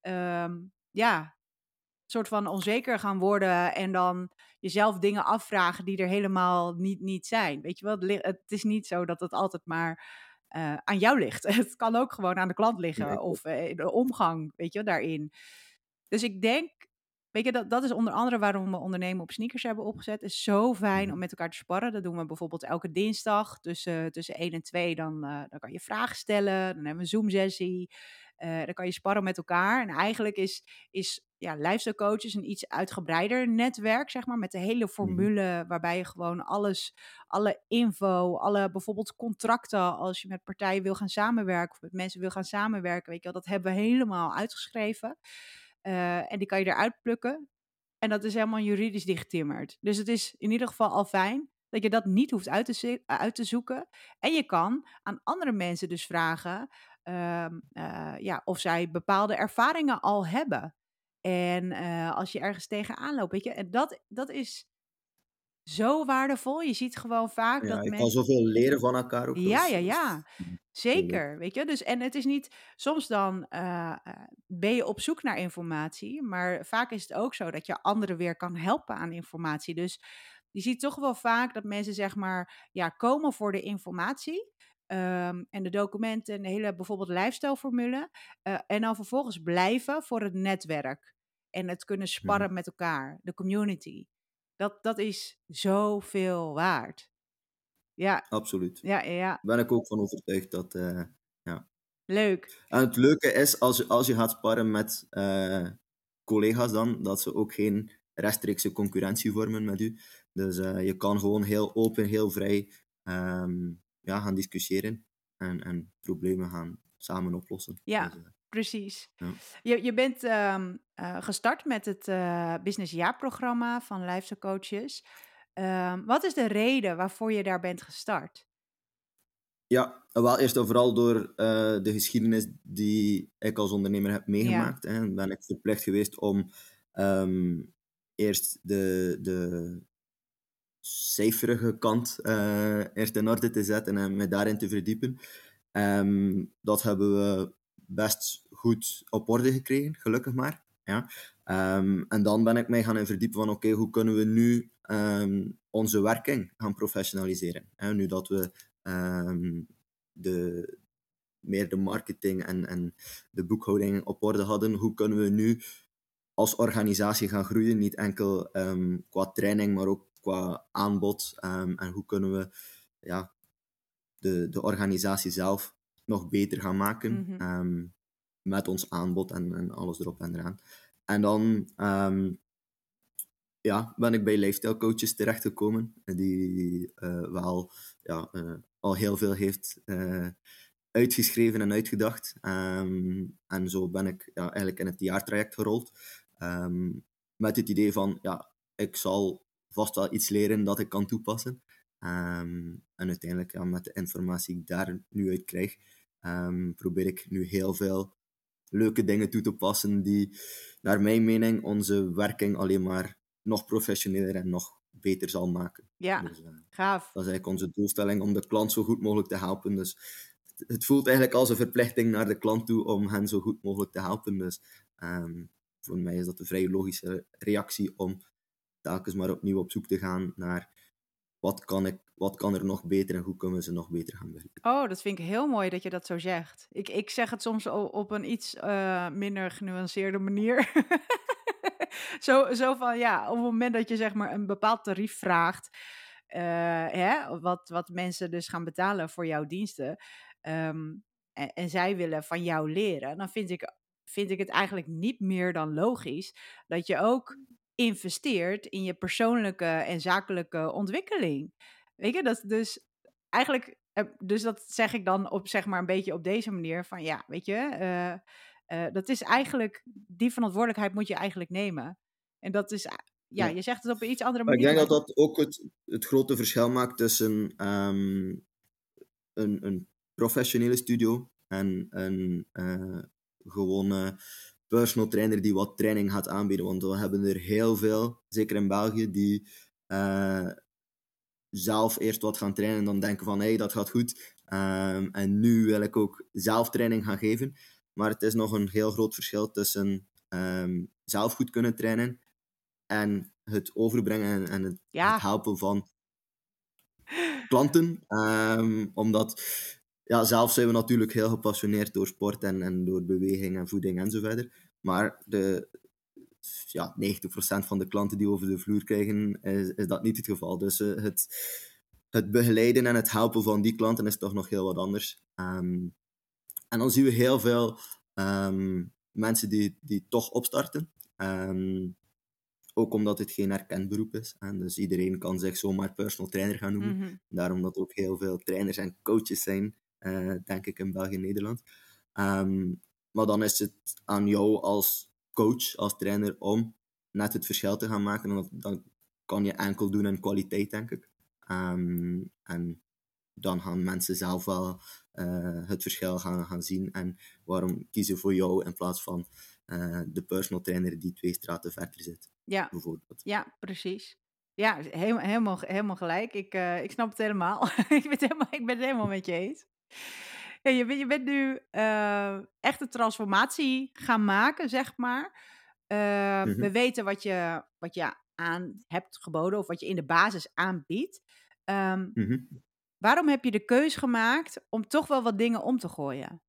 Speaker 1: soort van onzeker gaan worden en dan jezelf dingen afvragen die er helemaal niet zijn. Weet je wel, het is niet zo dat het altijd maar aan jou ligt. Het kan ook gewoon aan de klant liggen of in de omgang, weet je, daarin. Dus ik denk, weet je, dat is onder andere waarom we Ondernemen op Sneakers hebben opgezet. Het is zo fijn om met elkaar te sparren. Dat doen we bijvoorbeeld elke dinsdag tussen 1 en 2. Dan kan je vragen stellen. Dan hebben we een Zoom-sessie. Dan kan je sparren met elkaar. En eigenlijk is lifestyle coaches een iets uitgebreider netwerk, zeg maar, met de hele formule waarbij je gewoon alle info, alle bijvoorbeeld contracten, als je met partijen wil gaan samenwerken of met mensen wil gaan samenwerken, weet je wel, dat hebben we helemaal uitgeschreven. En die kan je eruit plukken. En dat is helemaal juridisch dichtgetimmerd. Dus het is in ieder geval al fijn dat je dat niet hoeft uit te zoeken. En je kan aan andere mensen dus vragen of zij bepaalde ervaringen al hebben. En als je ergens tegenaan loopt, weet je, en dat is zo waardevol. Je ziet gewoon vaak dat
Speaker 2: Je kan
Speaker 1: mensen...
Speaker 2: zoveel leren van elkaar ook.
Speaker 1: Ja. Zeker, weet je. Dus, en het is niet... Soms dan ben je op zoek naar informatie, maar vaak is het ook zo dat je anderen weer kan helpen aan informatie. Dus je ziet toch wel vaak dat mensen, zeg maar, komen voor de informatie en de documenten en de hele bijvoorbeeld lifestyle-formule. En dan vervolgens blijven voor het netwerk en het kunnen sparren met elkaar, de community. Dat is zoveel waard. Ja.
Speaker 2: Absoluut.
Speaker 1: Ja.
Speaker 2: Daar ben ik ook van overtuigd dat...
Speaker 1: Leuk.
Speaker 2: En het leuke is, als je gaat sparren met collega's dan, dat ze ook geen rechtstreekse concurrentie vormen met u. Dus je kan gewoon heel open, heel vrij gaan discussiëren en problemen gaan samen oplossen.
Speaker 1: Ja,
Speaker 2: dus,
Speaker 1: precies.
Speaker 2: Ja.
Speaker 1: Je bent gestart met het Business Jaarprogramma van Lifestyle Coaches. Wat is de reden waarvoor je daar bent gestart?
Speaker 2: Ja, wel eerst en vooral door de geschiedenis die ik als ondernemer heb meegemaakt. Hè, ben ik verplicht geweest om eerst de cijferige kant eerst in orde te zetten en me daarin te verdiepen. Dat hebben we best goed op orde gekregen, gelukkig maar. Ja. En dan ben ik mij gaan verdiepen van oké, hoe kunnen we nu onze werking gaan professionaliseren? Hè? Nu dat we meer de marketing en de boekhouding op orde hadden, hoe kunnen we nu als organisatie gaan groeien? Niet enkel qua training, maar ook qua aanbod. En hoe kunnen we de organisatie zelf nog beter gaan maken met ons aanbod en alles erop en eraan. En dan ben ik bij Lifestyle Coaches terechtgekomen, die al heel veel heeft uitgeschreven en uitgedacht. En zo ben ik eigenlijk in het jaartraject gerold. Met het idee van, ik zal vast wel iets leren dat ik kan toepassen. En uiteindelijk, ja, met de informatie die ik daar nu uit krijg, probeer ik nu heel veel leuke dingen toe te passen die, naar mijn mening, onze werking alleen maar nog professioneler en nog beter zal maken.
Speaker 1: Ja,
Speaker 2: Dus
Speaker 1: gaaf.
Speaker 2: dat is eigenlijk onze doelstelling, om de klant zo goed mogelijk te helpen. Dus het voelt eigenlijk als een verplichting naar de klant toe om hen zo goed mogelijk te helpen. Dus voor mij is dat een vrij logische reactie om telkens maar opnieuw op zoek te gaan naar wat kan er nog beter en hoe kunnen we ze nog beter gaan bereiken.
Speaker 1: Oh, dat vind ik heel mooi dat je dat zo zegt. Ik zeg het soms op een iets minder genuanceerde manier. Zo van, ja, op het moment dat je zeg maar een bepaald tarief vraagt, wat mensen dus gaan betalen voor jouw diensten, ehm, en zij willen van jou leren, dan vind ik het eigenlijk niet meer dan logisch dat je ook investeert in je persoonlijke en zakelijke ontwikkeling. Weet je, dat dus eigenlijk, dus dat zeg ik dan op zeg maar een beetje op deze manier van ja, weet je, dat is eigenlijk, die verantwoordelijkheid moet je eigenlijk nemen. En dat is, ja,
Speaker 2: Ja.
Speaker 1: je zegt het op een iets andere
Speaker 2: Maar ik
Speaker 1: manier,
Speaker 2: denk
Speaker 1: maar
Speaker 2: dat dat ook het grote verschil maakt tussen een professionele studio en een gewone personal trainer die wat training gaat aanbieden. Want we hebben er heel veel, zeker in België, die zelf eerst wat gaan trainen en dan denken van hey, dat gaat goed. En nu wil ik ook zelf training gaan geven. Maar het is nog een heel groot verschil tussen zelf goed kunnen trainen en het overbrengen en het
Speaker 1: ja,
Speaker 2: helpen van klanten. Omdat ja, zelf zijn we natuurlijk heel gepassioneerd door sport en door beweging en voeding en zo verder. Maar ja, 90% van de klanten die we over de vloer krijgen, is dat niet het geval. Dus het begeleiden en het helpen van die klanten is toch nog heel wat anders. En dan zien we heel veel mensen die toch opstarten. Ook omdat het geen erkend beroep is. En dus iedereen kan zich zomaar personal trainer gaan noemen.
Speaker 1: mhm.
Speaker 2: Daarom dat ook heel veel trainers en coaches zijn, denk ik, in België en Nederland. Maar dan is het aan jou als coach, als trainer, om net het verschil te gaan maken. En dan kan je enkel doen aan kwaliteit, denk ik. En dan gaan mensen zelf wel het verschil gaan zien. En waarom kiezen voor jou in plaats van de personal trainer die 2 straten verder zit,
Speaker 1: Ja,
Speaker 2: bijvoorbeeld.
Speaker 1: ja, precies. Ja, helemaal gelijk. Ik snap het helemaal. Ik ben het helemaal met je eens. Ja, je bent nu echt een transformatie gaan maken, zeg maar. We
Speaker 2: Mhm.
Speaker 1: weten wat je aan hebt geboden of wat je in de basis aanbiedt. Ehm,
Speaker 2: Mhm.
Speaker 1: waarom heb je de keus gemaakt om toch wel wat dingen om te gooien?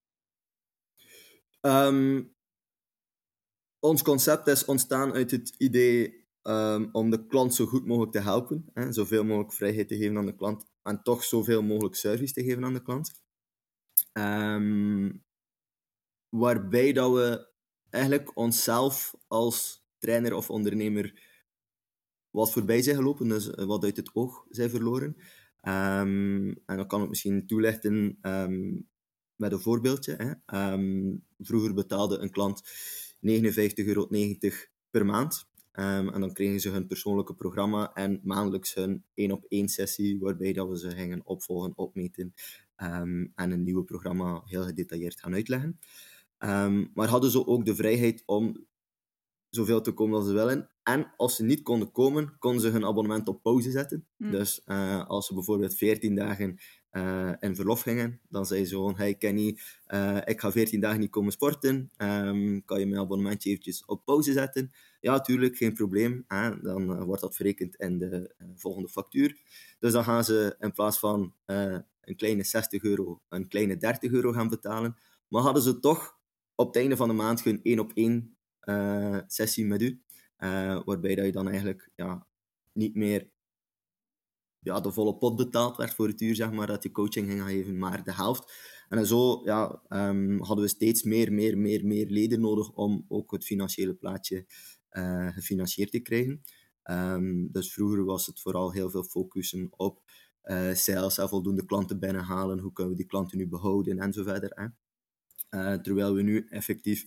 Speaker 2: Ehm, Ons concept is ontstaan uit het idee om de klant zo goed mogelijk te helpen. Hè, zoveel mogelijk vrijheid te geven aan de klant en toch zoveel mogelijk service te geven aan de klant. Ehm, Waarbij dat we eigenlijk onszelf als trainer of ondernemer wat voorbij zijn gelopen, dus wat uit het oog zijn verloren. En dan kan ik misschien toelichten met een voorbeeldje. Hè. Vroeger betaalde een klant 59,90 € per maand. En dan kregen ze hun persoonlijke programma en maandelijks hun 1-op-1 sessie, waarbij dat we ze gingen opvolgen, opmeten en een nieuwe programma heel gedetailleerd gaan uitleggen. Maar hadden ze ook de vrijheid om zoveel te komen als ze willen. En als ze niet konden komen, konden ze hun abonnement op pauze zetten.
Speaker 1: Hm.
Speaker 2: Dus als ze bijvoorbeeld 14 dagen in verlof gingen, dan zei ze gewoon, hey Kenny, ik ga 14 dagen niet komen sporten. Kan je mijn abonnementje eventjes op pauze zetten? Ja, tuurlijk, geen probleem. Dan wordt dat verrekend in de volgende factuur. Dus dan gaan ze in plaats van een kleine 60 €, een kleine 30 € gaan betalen. Maar hadden ze toch op het einde van de maand hun 1-op-1 sessie met u. Waarbij dat je dan eigenlijk niet meer de volle pot betaald werd voor het uur, zeg maar, dat je coaching ging geven, maar de helft. En zo hadden we steeds meer leden nodig om ook het financiële plaatje gefinancierd te krijgen. Dus vroeger was het vooral heel veel focussen op sales en voldoende klanten binnenhalen, hoe kunnen we die klanten nu behouden en zo verder. Hè. Terwijl we nu effectief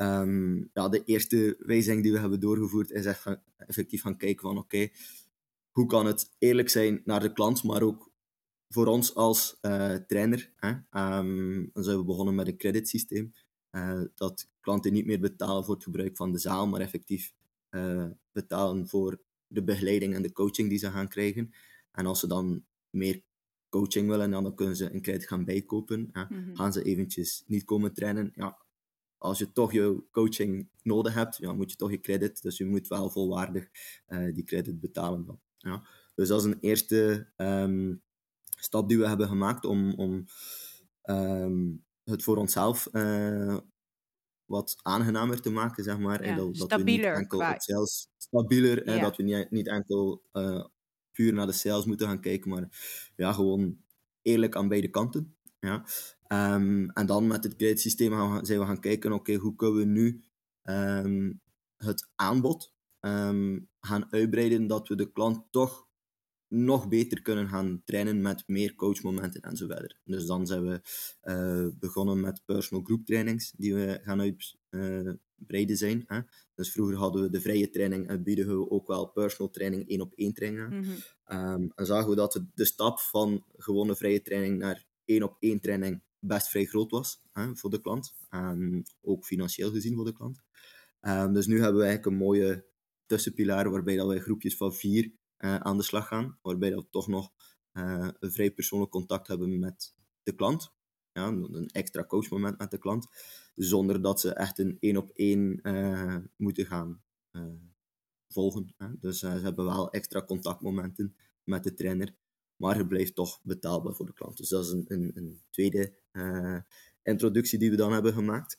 Speaker 2: de eerste wijziging die we hebben doorgevoerd is echt effectief gaan kijken van oké, hoe kan het eerlijk zijn naar de klant, maar ook voor ons als trainer. Hè? Dan zijn we begonnen met een creditsysteem. Dat klanten niet meer betalen voor het gebruik van de zaal, maar effectief betalen voor de begeleiding en de coaching die ze gaan krijgen. En als ze dan meer coaching willen, dan kunnen ze een credit gaan bijkopen. Gaan ze eventjes niet komen trainen. Ja, als je toch je coaching nodig hebt, ja, moet je toch je credit. Dus je moet wel volwaardig die credit betalen dan. Ja. Dus dat is een eerste stap die we hebben gemaakt om het voor onszelf wat aangenamer te maken, zeg maar.
Speaker 1: Ja,
Speaker 2: dat we niet
Speaker 1: stabieler
Speaker 2: enkel
Speaker 1: qua...
Speaker 2: op sales stabieler,
Speaker 1: Ja.
Speaker 2: dat we niet enkel puur naar de sales moeten gaan kijken, maar ja, gewoon eerlijk aan beide kanten. Ja. En dan met het creditsysteem zijn we gaan kijken, oké, hoe kunnen we nu het aanbod gaan uitbreiden, dat we de klant toch nog beter kunnen gaan trainen met meer coachmomenten en zo verder. Dus dan zijn we begonnen met personal group trainings die we gaan uitbreiden zijn. Hè. Dus vroeger hadden we de vrije training en bieden we ook wel personal training, 1-op-1 trainingen. En zagen we dat de stap van gewone vrije training naar 1-op-1 training best vrij groot was, hè, voor de klant. Ook financieel gezien voor de klant. Dus nu hebben we eigenlijk een mooie tussenpilaar waarbij dat wij groepjes van 4 aan de slag gaan, waarbij dat we toch nog een vrij persoonlijk contact hebben met de klant. Ja, een extra coachmoment met de klant, zonder dat ze echt een 1-op-1 moeten gaan volgen. Hè. Dus ze hebben wel extra contactmomenten met de trainer, maar het blijft toch betaalbaar voor de klant. Dus dat is een tweede introductie die we dan hebben gemaakt.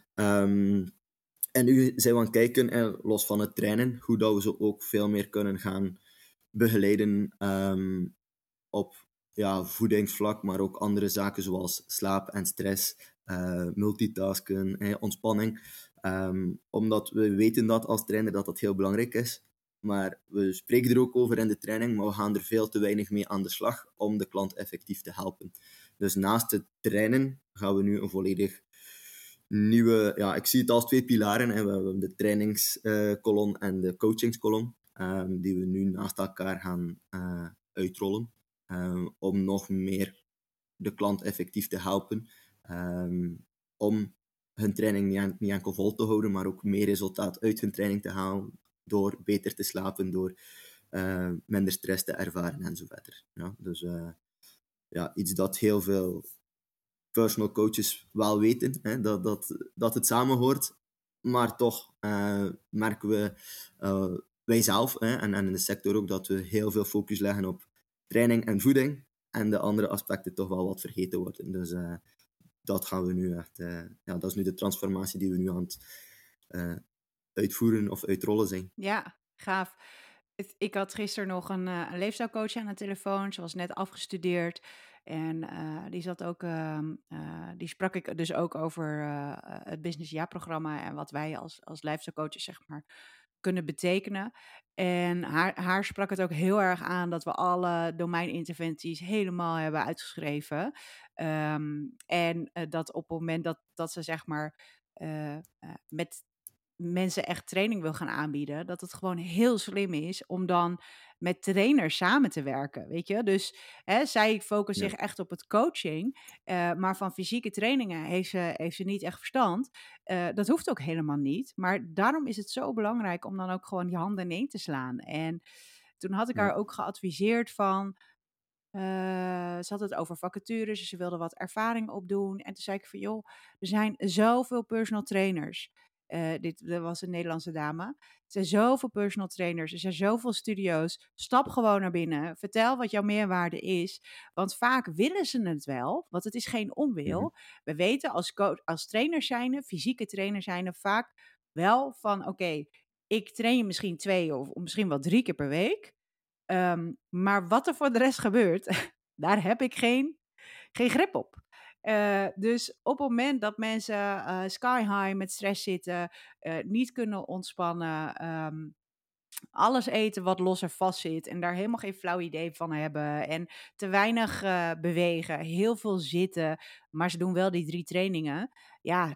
Speaker 2: En nu zijn we aan het kijken, los van het trainen, hoe dat we ze ook veel meer kunnen gaan begeleiden op voedingsvlak, maar ook andere zaken zoals slaap en stress, multitasken, ontspanning. Omdat we weten dat als trainer dat heel belangrijk is. Maar we spreken er ook over in de training, maar we gaan er veel te weinig mee aan de slag om de klant effectief te helpen. Dus naast het trainen gaan we nu een volledig nieuwe... Ja, ik zie het als 2 pilaren. Hè. We hebben de trainingskolom en de coachingskolom, die we nu naast elkaar gaan uitrollen. Om nog meer de klant effectief te helpen. Om hun training niet enkel vol te houden, maar ook meer resultaat uit hun training te halen. Door beter te slapen, door minder stress te ervaren en zo verder. Ja, dus iets dat heel veel personal coaches wel weten, hè, dat het samenhoort. Maar toch merken we wij zelf en in de sector ook dat we heel veel focus leggen op training en voeding en de andere aspecten toch wel wat vergeten worden. Dus dat gaan we nu echt... dat is nu de transformatie die we nu aan het uitvoeren of uitrollen zijn.
Speaker 1: Ja, gaaf. Ik had gisteren nog een leefstijlcoach aan de telefoon. Ze was net afgestudeerd. En die sprak ik dus ook over het Business Ja-programma en wat wij als leefstijlcoaches zeg maar kunnen betekenen. En haar sprak het ook heel erg aan dat we alle domeininterventies helemaal hebben uitgeschreven. En dat op het moment dat ze zeg maar met mensen echt training wil gaan aanbieden, dat het gewoon heel slim is om dan met trainers samen te werken, weet je. Dus zij focust zich echt op het coaching, maar van fysieke trainingen heeft ze niet echt verstand. Dat hoeft ook helemaal niet, maar daarom is het zo belangrijk om dan ook gewoon je handen ineen te slaan. En toen had ik haar ook geadviseerd van... ze had het over vacatures, dus ze wilde wat ervaring opdoen. En toen zei ik van, joh, er zijn zoveel personal trainers. Dat was een Nederlandse dame. Er zijn zoveel personal trainers, er zijn zoveel studio's. Stap gewoon naar binnen, vertel wat jouw meerwaarde is. Want vaak willen ze het wel, want het is geen onwil. We weten als trainer zijnde, fysieke trainer zijnde, vaak wel van, oké, ik train je misschien 2 of misschien wel 3 keer per week. Maar wat er voor de rest gebeurt, daar heb ik geen grip op. Dus op het moment dat mensen sky high met stress zitten, niet kunnen ontspannen, alles eten wat los en vast zit en daar helemaal geen flauw idee van hebben en te weinig bewegen, heel veel zitten, maar ze doen wel die 3 trainingen, ja,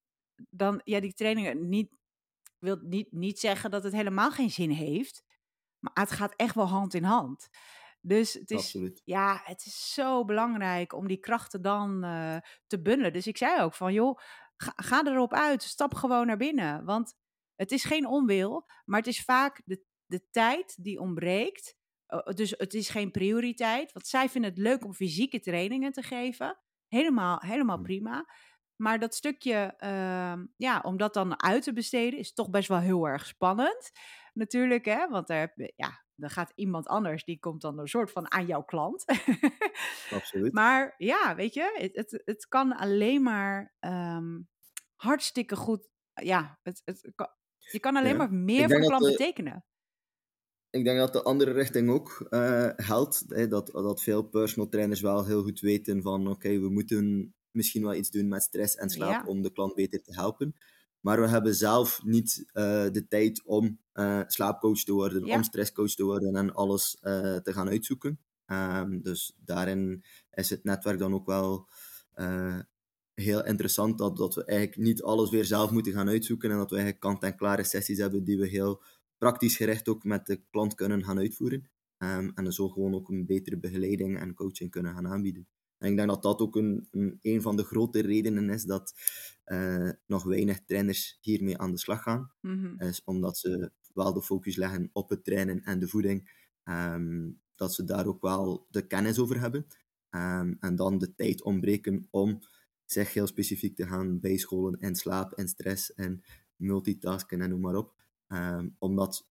Speaker 1: dan die trainingen wil niet zeggen dat het helemaal geen zin heeft. maar het gaat echt wel hand in hand. Dus
Speaker 2: Absoluut.
Speaker 1: het is zo belangrijk om die krachten dan te bundelen. Dus ik zei ook van, joh, ga erop uit. Stap gewoon naar binnen. Want het is geen onwil, maar het is vaak de tijd die ontbreekt. Dus het is geen prioriteit. Want zij vinden het leuk om fysieke trainingen te geven. Helemaal
Speaker 2: Hm.
Speaker 1: prima. Maar dat stukje, om dat dan uit te besteden, is toch best wel heel erg spannend. Natuurlijk, hè? Want dan gaat iemand anders, die komt dan een soort van aan jouw klant.
Speaker 2: Absoluut.
Speaker 1: Maar ja, weet je, het kan alleen maar hartstikke goed. Ja, je kan alleen
Speaker 2: Ja.
Speaker 1: maar meer
Speaker 2: Ik
Speaker 1: voor
Speaker 2: denk
Speaker 1: de
Speaker 2: dat
Speaker 1: klant
Speaker 2: de,
Speaker 1: betekenen.
Speaker 2: ik denk dat de andere richting ook geldt. Hè, dat veel personal trainers wel heel goed weten van oké, we moeten misschien wel iets doen met stress en slaap
Speaker 1: Ja,
Speaker 2: om de klant beter te helpen. Maar we hebben zelf niet de tijd om slaapcoach te worden, om
Speaker 1: ja,
Speaker 2: stresscoach te worden en alles te gaan uitzoeken. Dus daarin is het netwerk dan ook wel eh, heel interessant dat we eigenlijk niet alles weer zelf moeten gaan uitzoeken en dat we eigenlijk kant-en-klare sessies hebben die we heel praktisch gericht ook met de klant kunnen gaan uitvoeren. En zo gewoon ook een betere begeleiding en coaching kunnen gaan aanbieden. En ik denk dat dat ook een van de grote redenen is dat nog weinig trainers hiermee aan de slag gaan.
Speaker 1: mhm,
Speaker 2: Is omdat ze wel de focus leggen op het trainen en de voeding. Dat ze daar ook wel de kennis over hebben. En dan de tijd ontbreken om zich heel specifiek te gaan bijscholen in slaap en stress en multitasken en noem maar op. Om dat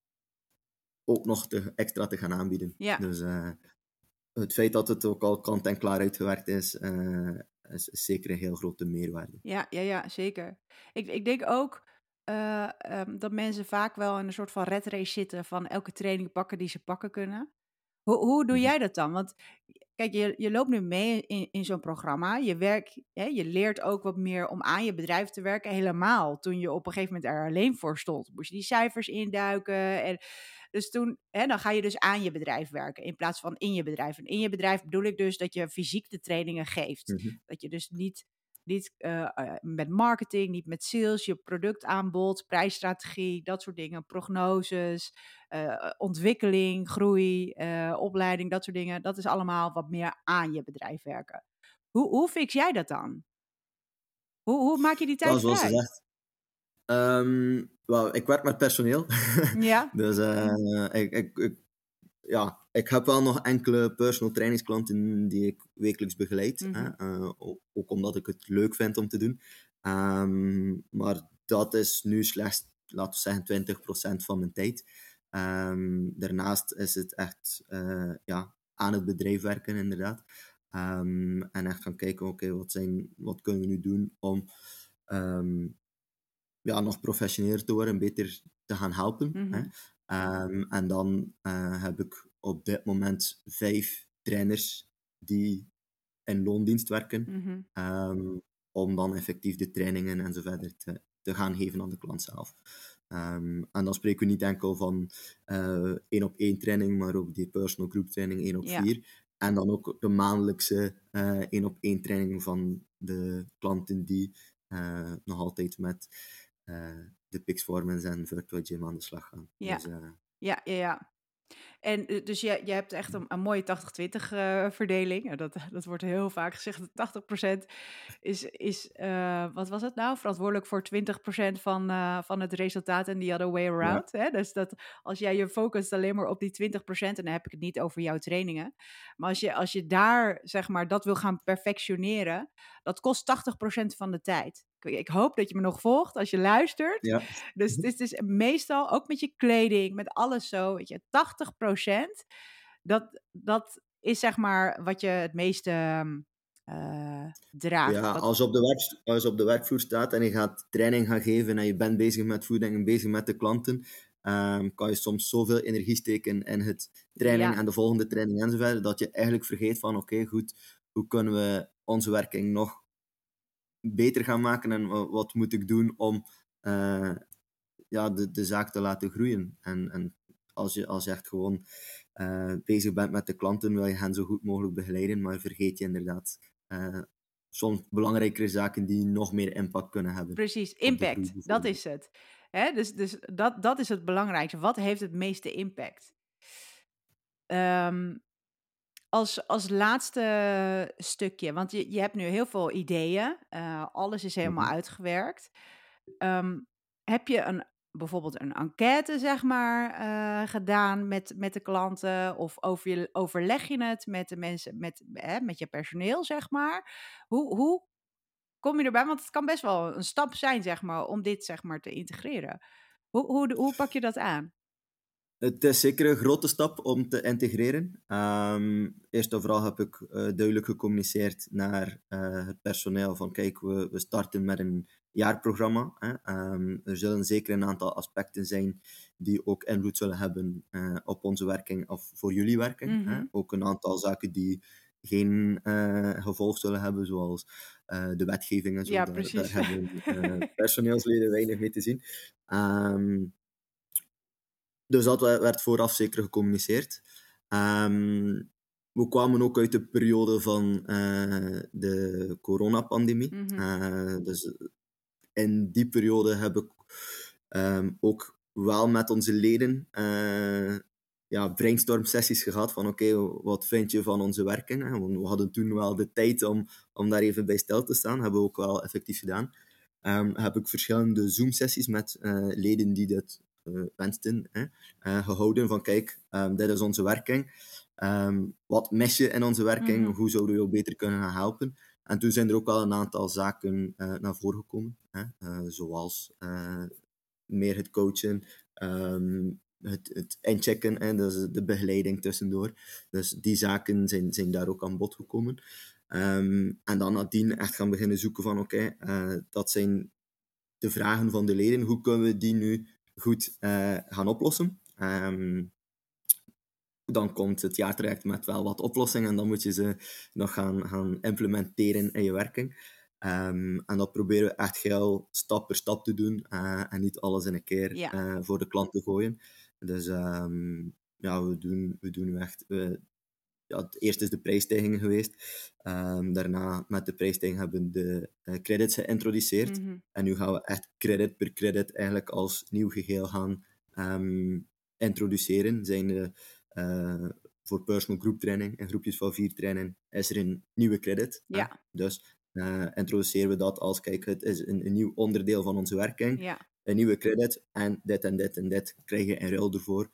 Speaker 2: ook nog extra te gaan aanbieden.
Speaker 1: ja.
Speaker 2: Dus het feit dat het ook al kant-en-klaar uitgewerkt is zeker een heel grote meerwaarde.
Speaker 1: Ja, zeker. Ik denk ook dat mensen vaak wel in een soort van red race zitten van elke training pakken die ze pakken kunnen. Hoe doe
Speaker 2: Mhm.
Speaker 1: jij dat dan? Want kijk, je loopt nu mee in zo'n programma. Je leert ook wat meer om aan je bedrijf te werken. Helemaal toen je op een gegeven moment er alleen voor stond. Moest je die cijfers induiken. En dus toen, dan ga je dus aan je bedrijf werken in plaats van in je bedrijf. En in je bedrijf bedoel ik dus dat je fysiek de trainingen geeft.
Speaker 2: Mhm.
Speaker 1: Dat je dus niet met marketing, niet met sales, je productaanbod, prijsstrategie, dat soort dingen, prognoses, ontwikkeling, groei, opleiding, dat soort dingen. Dat is allemaal wat meer aan je bedrijf werken. Hoe fix jij dat dan? Hoe maak je die
Speaker 2: Wel,
Speaker 1: tijd
Speaker 2: zoals ze
Speaker 1: vrij?
Speaker 2: zegt, wel, ik werk met personeel.
Speaker 1: Ja.
Speaker 2: Dus ik heb wel nog enkele personal trainingsklanten die ik wekelijks begeleid. Hè?
Speaker 1: Mhm.
Speaker 2: Ook omdat ik het leuk vind om te doen. Maar dat is nu slechts, laten we zeggen, 20% van mijn tijd. Daarnaast is het echt aan het bedrijf werken, inderdaad. En echt gaan kijken, oké, wat kunnen we nu doen om ehm, nog professioneler te worden en beter te gaan helpen. Hè.
Speaker 1: Mhm.
Speaker 2: En dan heb ik op dit moment 5 trainers die in loondienst werken,
Speaker 1: Mhm.
Speaker 2: om dan effectief de trainingen en zo verder te gaan geven aan de klant zelf. En dan spreken we niet enkel van 1-op-1 training, maar ook die personal group training 1-op-4.
Speaker 1: Ja.
Speaker 2: En dan ook de maandelijkse 1-op-1 training van de klanten die nog altijd met de Pixformance en Virtua Gym aan de slag gaan.
Speaker 1: Ja.
Speaker 2: Dus
Speaker 1: Ja. En dus je hebt echt een mooie 80-20 verdeling. Dat wordt heel vaak gezegd. Dat 80% is wat was het nou? Verantwoordelijk voor 20% van het resultaat en the other way
Speaker 2: ja,
Speaker 1: around. Hè? Dus dat als jij je focust alleen maar op die 20%, en dan heb ik het niet over jouw trainingen. Maar als je daar, zeg maar, dat wil gaan perfectioneren, dat kost 80% van de tijd. Ik hoop dat je me nog volgt als je luistert.
Speaker 2: ja.
Speaker 1: Dus het is dus meestal ook met je kleding, met alles zo, weet je, 80%. Dat is zeg maar wat je het meeste draagt.
Speaker 2: Ja, als je op de werkvloer staat en je gaat training gaan geven en je bent bezig met voeding en bezig met de klanten, kan je soms zoveel energie steken in het training
Speaker 1: Ja,
Speaker 2: en de volgende training enzovoort, dat je eigenlijk vergeet van oké, goed, hoe kunnen we onze werking nog beter gaan maken en wat moet ik doen om de zaak te laten groeien. En als je echt gewoon bezig bent met de klanten, wil je hen zo goed mogelijk begeleiden, maar vergeet je inderdaad soms belangrijkere zaken die nog meer impact kunnen hebben
Speaker 1: precies.
Speaker 2: op de groei
Speaker 1: Impact, dat
Speaker 2: bijvoorbeeld.
Speaker 1: is het. Hè? Dus dat is het belangrijkste. Wat heeft het meeste impact? Ehm, als laatste stukje, want je hebt nu heel veel ideeën. Alles is helemaal
Speaker 2: Mhm.
Speaker 1: uitgewerkt. Ehm, heb je bijvoorbeeld een enquête, zeg maar, gedaan met de klanten? Of overleg je het met de mensen, met je personeel, zeg maar? Hoe kom je erbij? Want het kan best wel een stap zijn, zeg maar, om dit, zeg maar, te integreren. Hoe pak je dat aan?
Speaker 2: Het is zeker een grote stap om te integreren. Eerst en vooral heb ik duidelijk gecommuniceerd naar het personeel van kijk, we starten met een jaarprogramma. Hè. Er zullen zeker een aantal aspecten zijn die ook invloed zullen hebben op onze werking of voor jullie werking. Hè.
Speaker 1: Mhm.
Speaker 2: Ook een aantal zaken die geen gevolg zullen hebben, zoals de wetgeving en zo.
Speaker 1: Ja,
Speaker 2: Daar
Speaker 1: precies.
Speaker 2: hebben personeelsleden weinig mee te zien. Ehm, dus dat werd vooraf zeker gecommuniceerd. Ehm, we kwamen ook uit de periode van de coronapandemie.
Speaker 1: Mhm.
Speaker 2: Dus in die periode heb ik ook wel met onze leden ja, brainstorm sessies gehad van oké, wat vind je van onze werking? Hè? Want we hadden toen wel de tijd om daar even bij stil te staan. Hebben we ook wel effectief gedaan. Heb ik verschillende Zoom-sessies met leden die dit wensten, gehouden van kijk, dit is onze werking. Wat mis je in onze werking?
Speaker 1: Mhm.
Speaker 2: Hoe zouden we jou beter kunnen gaan helpen? En toen zijn er ook wel een aantal zaken naar voren gekomen, zoals meer het coachen, het inchecken en dus de begeleiding tussendoor. Dus die zaken zijn daar ook aan bod gekomen. En dan nadien echt gaan beginnen zoeken van oké, dat zijn de vragen van de leden. Hoe kunnen we die nu goed gaan oplossen? Dan komt het jaartraject met wel wat oplossingen en dan moet je ze nog gaan implementeren in je werking. En dat proberen we echt heel stap per stap te doen en niet alles in een keer
Speaker 1: Ja.
Speaker 2: voor de klant te gooien. Dus ja, we doen nu echt... ja, het eerste is de prijsstijging geweest. Daarna met de prijsstijging hebben we de credits geïntroduceerd.
Speaker 1: Mhm.
Speaker 2: En nu gaan we echt credit per credit eigenlijk als nieuw geheel gaan introduceren. Zijn voor personal group training en groepjes van 4 training is er een nieuwe credit.
Speaker 1: Ja.
Speaker 2: Dus introduceren we dat als, kijk, het is een nieuw onderdeel van onze werking.
Speaker 1: Ja.
Speaker 2: Een nieuwe credit en dit en dit en dit krijg je in ruil ervoor.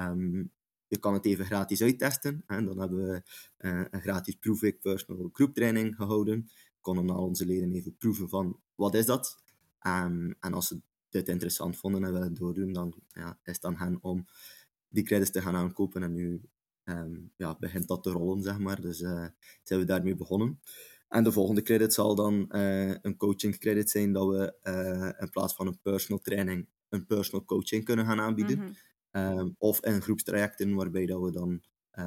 Speaker 2: Je kan het even gratis uittesten. En dan hebben we een gratis proefweek personal group training gehouden. Konden al onze leden even proeven van wat is dat. En als ze dit interessant vonden en willen doordoen, dan ja, is het aan hen om die credits te gaan aankopen. En nu ja, begint dat te rollen, zeg maar. Dus zijn we daarmee begonnen. En de volgende credit zal dan een coaching credit zijn, dat we in plaats van een personal training een personal coaching kunnen gaan aanbieden.
Speaker 1: Mhm.
Speaker 2: Of in groepstrajecten, waarbij dat we dan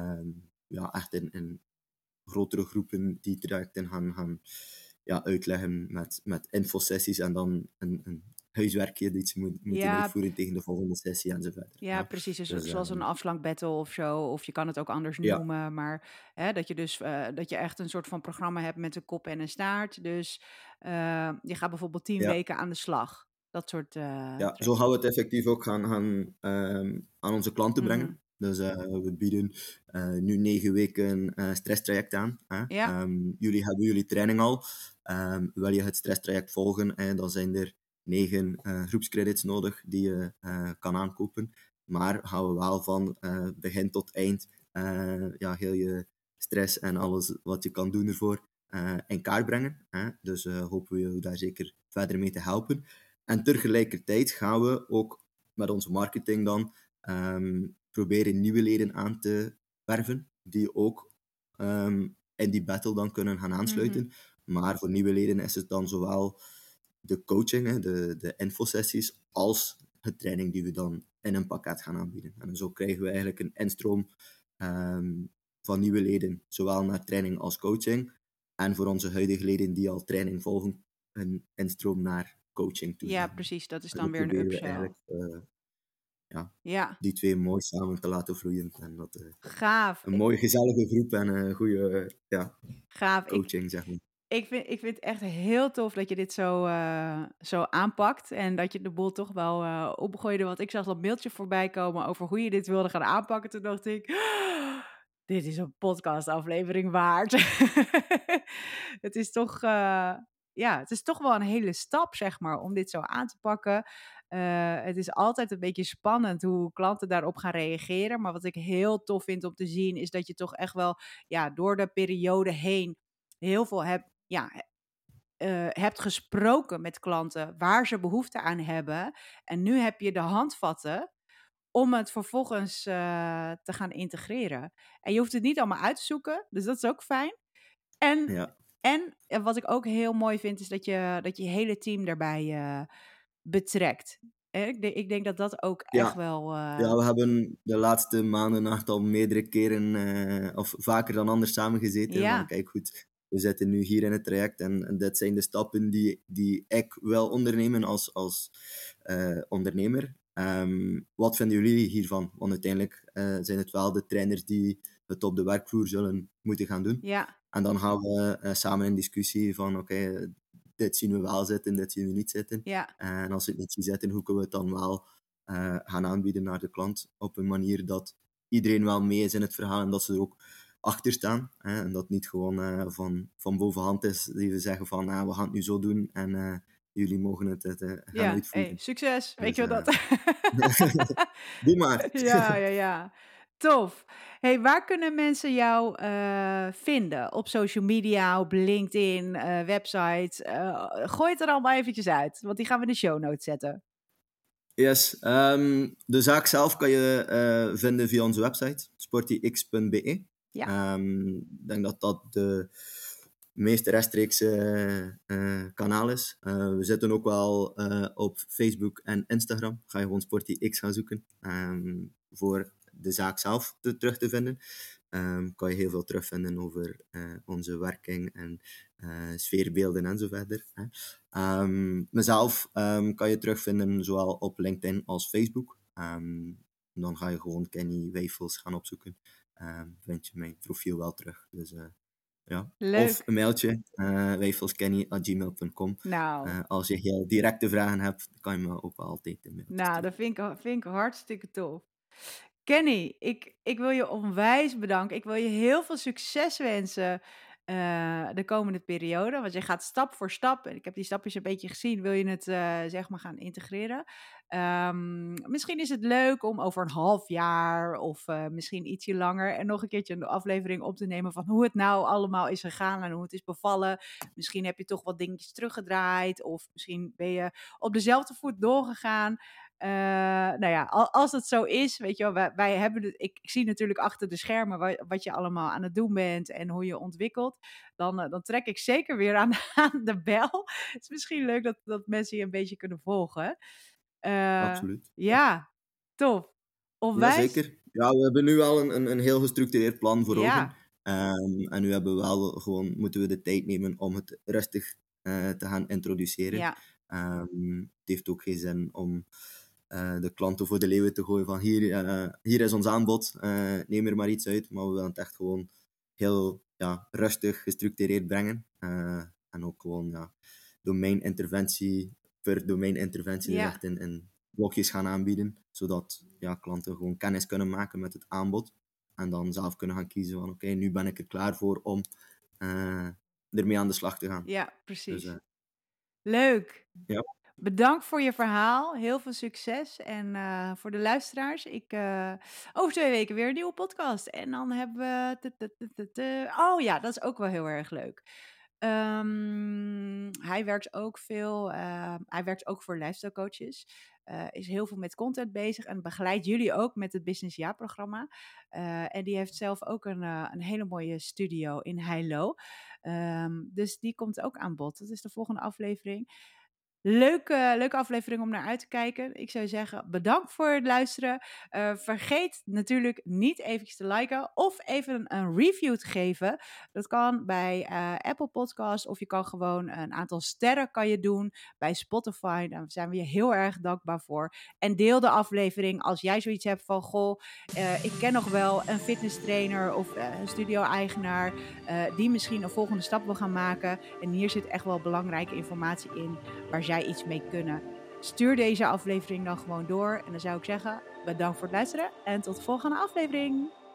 Speaker 2: ja, echt in grotere groepen die trajecten gaan ja, uitleggen met infosessies en dan een huiswerkje dat ze moeten
Speaker 1: Ja,
Speaker 2: uitvoeren tegen de volgende sessie enzovoort.
Speaker 1: ja, precies. Dus
Speaker 2: Dus
Speaker 1: zoals een afslankbattle of zo. Of je kan het ook anders
Speaker 2: ja,
Speaker 1: noemen. Maar dat je dus dat je echt een soort van programma hebt met een kop en een staart. Dus je gaat bijvoorbeeld 10
Speaker 2: ja.
Speaker 1: weken aan de slag. Dat soort
Speaker 2: Ja, zo gaan
Speaker 1: trajecten.
Speaker 2: we het effectief ook gaan aan onze klanten
Speaker 1: Mhm.
Speaker 2: brengen. Dus we bieden nu 9 weken stresstraject aan. Hè.
Speaker 1: Ja.
Speaker 2: Jullie hebben jullie training al. Wil je het stresstraject volgen, dan zijn er 9 groepscredits nodig die je kan aankopen. Maar gaan we wel van begin tot eind ja, heel je stress en alles wat je kan doen ervoor in kaart brengen. Hè. Dus hopen we je daar zeker verder mee te helpen. En tegelijkertijd gaan we ook met onze marketing dan proberen nieuwe leden aan te werven, die ook in die battle dan kunnen gaan
Speaker 1: Mhm.
Speaker 2: aansluiten. Maar voor nieuwe leden is het dan zowel de coaching, hè, de infosessies, als het training die we dan in een pakket gaan aanbieden. En zo krijgen we eigenlijk een instroom van nieuwe leden, zowel naar training als coaching. En voor onze huidige leden die al training volgen, een instroom naar coaching toe,
Speaker 1: Ja,
Speaker 2: zeg maar.
Speaker 1: precies. Dat is
Speaker 2: En zo
Speaker 1: dan weer een
Speaker 2: proberen we
Speaker 1: upsell.
Speaker 2: eigenlijk ja,
Speaker 1: Ja,
Speaker 2: die twee mooi samen te laten vloeien. En dat
Speaker 1: gaaf.
Speaker 2: een mooie, gezellige groep en een goede ja,
Speaker 1: Gaaf.
Speaker 2: coaching, zeg maar.
Speaker 1: Ik vind het echt heel tof dat je dit zo aanpakt. En dat je de boel toch wel opgooide. Want ik zag dat mailtje voorbij komen over hoe je dit wilde gaan aanpakken. Toen dacht ik, dit is een podcastaflevering waard. Het is toch, ja, het is toch wel een hele stap, zeg maar, om dit zo aan te pakken. Het is altijd een beetje spannend hoe klanten daarop gaan reageren. Maar wat ik heel tof vind om te zien, is dat je toch echt wel ja, door de periode heen heel veel hebt gesproken met klanten waar ze behoefte aan hebben. En nu heb je de handvatten om het vervolgens te gaan integreren. En je hoeft het niet allemaal uit te zoeken, dus dat is ook fijn. En,
Speaker 2: Ja.
Speaker 1: en wat ik ook heel mooi vind, is dat je hele team daarbij betrekt. Ik denk dat dat ook echt
Speaker 2: Ja.
Speaker 1: wel...
Speaker 2: Ja, we hebben de laatste maanden echt al meerdere keren, of vaker dan anders samengezeten.
Speaker 1: Ja.
Speaker 2: Van, kijk goed, we zitten nu hier in het traject en dit zijn de stappen die ik wil ondernemen als ondernemer. Wat vinden jullie hiervan? Want uiteindelijk zijn het wel de trainers die het op de werkvloer zullen moeten gaan doen.
Speaker 1: Ja,
Speaker 2: En dan gaan we samen in discussie van oké, dit zien we wel zitten, dit zien we niet zitten.
Speaker 1: ja,
Speaker 2: En als we het niet zien zitten, hoe kunnen we het dan wel gaan aanbieden naar de klant op een manier dat iedereen wel mee is in het verhaal en dat ze er ook achter staan. Hè? En dat niet gewoon van bovenhand is die we zeggen van we gaan het nu zo doen en jullie mogen het gaan
Speaker 1: ja.
Speaker 2: uitvoeren.
Speaker 1: Hey, succes, weet
Speaker 2: Dus,
Speaker 1: je wel dat?
Speaker 2: doe maar.
Speaker 1: Ja. Tof. Hey, waar kunnen mensen jou vinden? Op social media, op LinkedIn, websites? Gooi het er allemaal eventjes uit, want die gaan we in de show notes zetten.
Speaker 2: Yes. De zaak zelf kan je vinden via onze website, sportyx.be.
Speaker 1: Ja.
Speaker 2: Ik denk dat dat de meest rechtstreekse kanaal is. We zitten ook wel op Facebook en Instagram. Ga je gewoon SportyX gaan zoeken voor de zaak zelf terug te vinden. Kan je heel veel terugvinden over onze werking en sfeerbeelden en zo verder. Hè. Mezelf kan je terugvinden zowel op LinkedIn als Facebook. Dan ga je gewoon Kenny Wijfels gaan opzoeken. Vind je mijn profiel wel terug. Dus, ja.
Speaker 1: Leuk.
Speaker 2: Of een mailtje, wijfelskenny@gmail.com.
Speaker 1: Nou,
Speaker 2: Als je heel directe vragen hebt, kan je me ook wel altijd een mailtje
Speaker 1: nou, dat vind ik hartstikke tof. Kenny, ik wil je onwijs bedanken. Ik wil je heel veel succes wensen de komende periode. Want je gaat stap voor stap, en ik heb die stapjes een beetje gezien, wil je het zeg maar gaan integreren. Misschien is het leuk om over een half jaar of misschien ietsje langer en nog een keertje een aflevering op te nemen van hoe het nou allemaal is gegaan en hoe het is bevallen. Misschien heb je toch wat dingetjes teruggedraaid of misschien ben je op dezelfde voet doorgegaan. Nou ja, als het zo is, weet je wel, wij hebben het, ik zie natuurlijk achter de schermen wat je allemaal aan het doen bent en hoe je ontwikkelt. Dan trek ik zeker weer aan, aan de bel. Het is misschien leuk dat mensen je een beetje kunnen volgen.
Speaker 2: Absoluut.
Speaker 1: Ja, tof. Onwijs.
Speaker 2: Jazeker. Ja, we hebben nu al een heel gestructureerd plan voor ogen.
Speaker 1: Ja,
Speaker 2: En nu hebben we wel gewoon, moeten we de tijd nemen om het rustig te gaan introduceren.
Speaker 1: ja,
Speaker 2: Het heeft ook geen zin om de klanten voor de leeuwen te gooien van hier is ons aanbod, neem er maar iets uit. Maar we willen het echt gewoon heel rustig, gestructureerd brengen. En ook gewoon domeininterventie per domeininterventie dus
Speaker 1: ja,
Speaker 2: echt in blokjes gaan aanbieden, zodat klanten gewoon kennis kunnen maken met het aanbod en dan zelf kunnen gaan kiezen van oké, nu ben ik er klaar voor om ermee aan de slag te gaan.
Speaker 1: ja, precies.
Speaker 2: Dus,
Speaker 1: Leuk.
Speaker 2: ja.
Speaker 1: Bedankt voor je verhaal. Heel veel succes. En voor de luisteraars, over 2 weken weer een nieuwe podcast. En dan hebben we... Oh ja, dat is ook wel heel erg leuk. Hij werkt ook veel. Hij werkt ook voor lifestyle coaches. Is heel veel met content bezig en begeleidt jullie ook met het Business Jaar-programma. En die heeft zelf ook een hele mooie studio in Heilo. Dus die komt ook aan bod. Dat is de volgende aflevering. leuke aflevering om naar uit te kijken. Ik zou zeggen, bedankt voor het luisteren. Vergeet natuurlijk niet eventjes te liken of even een review te geven. Dat kan bij Apple Podcasts of je kan gewoon een aantal sterren kan je doen bij Spotify. Daar zijn we je heel erg dankbaar voor. En deel de aflevering als jij zoiets hebt van, goh, ik ken nog wel een fitness trainer of een studio-eigenaar die misschien een volgende stap wil gaan maken. En hier zit echt wel belangrijke informatie in waar zij iets mee kunnen. Stuur deze aflevering dan gewoon door. En dan zou ik zeggen, bedankt voor het luisteren en tot de volgende aflevering.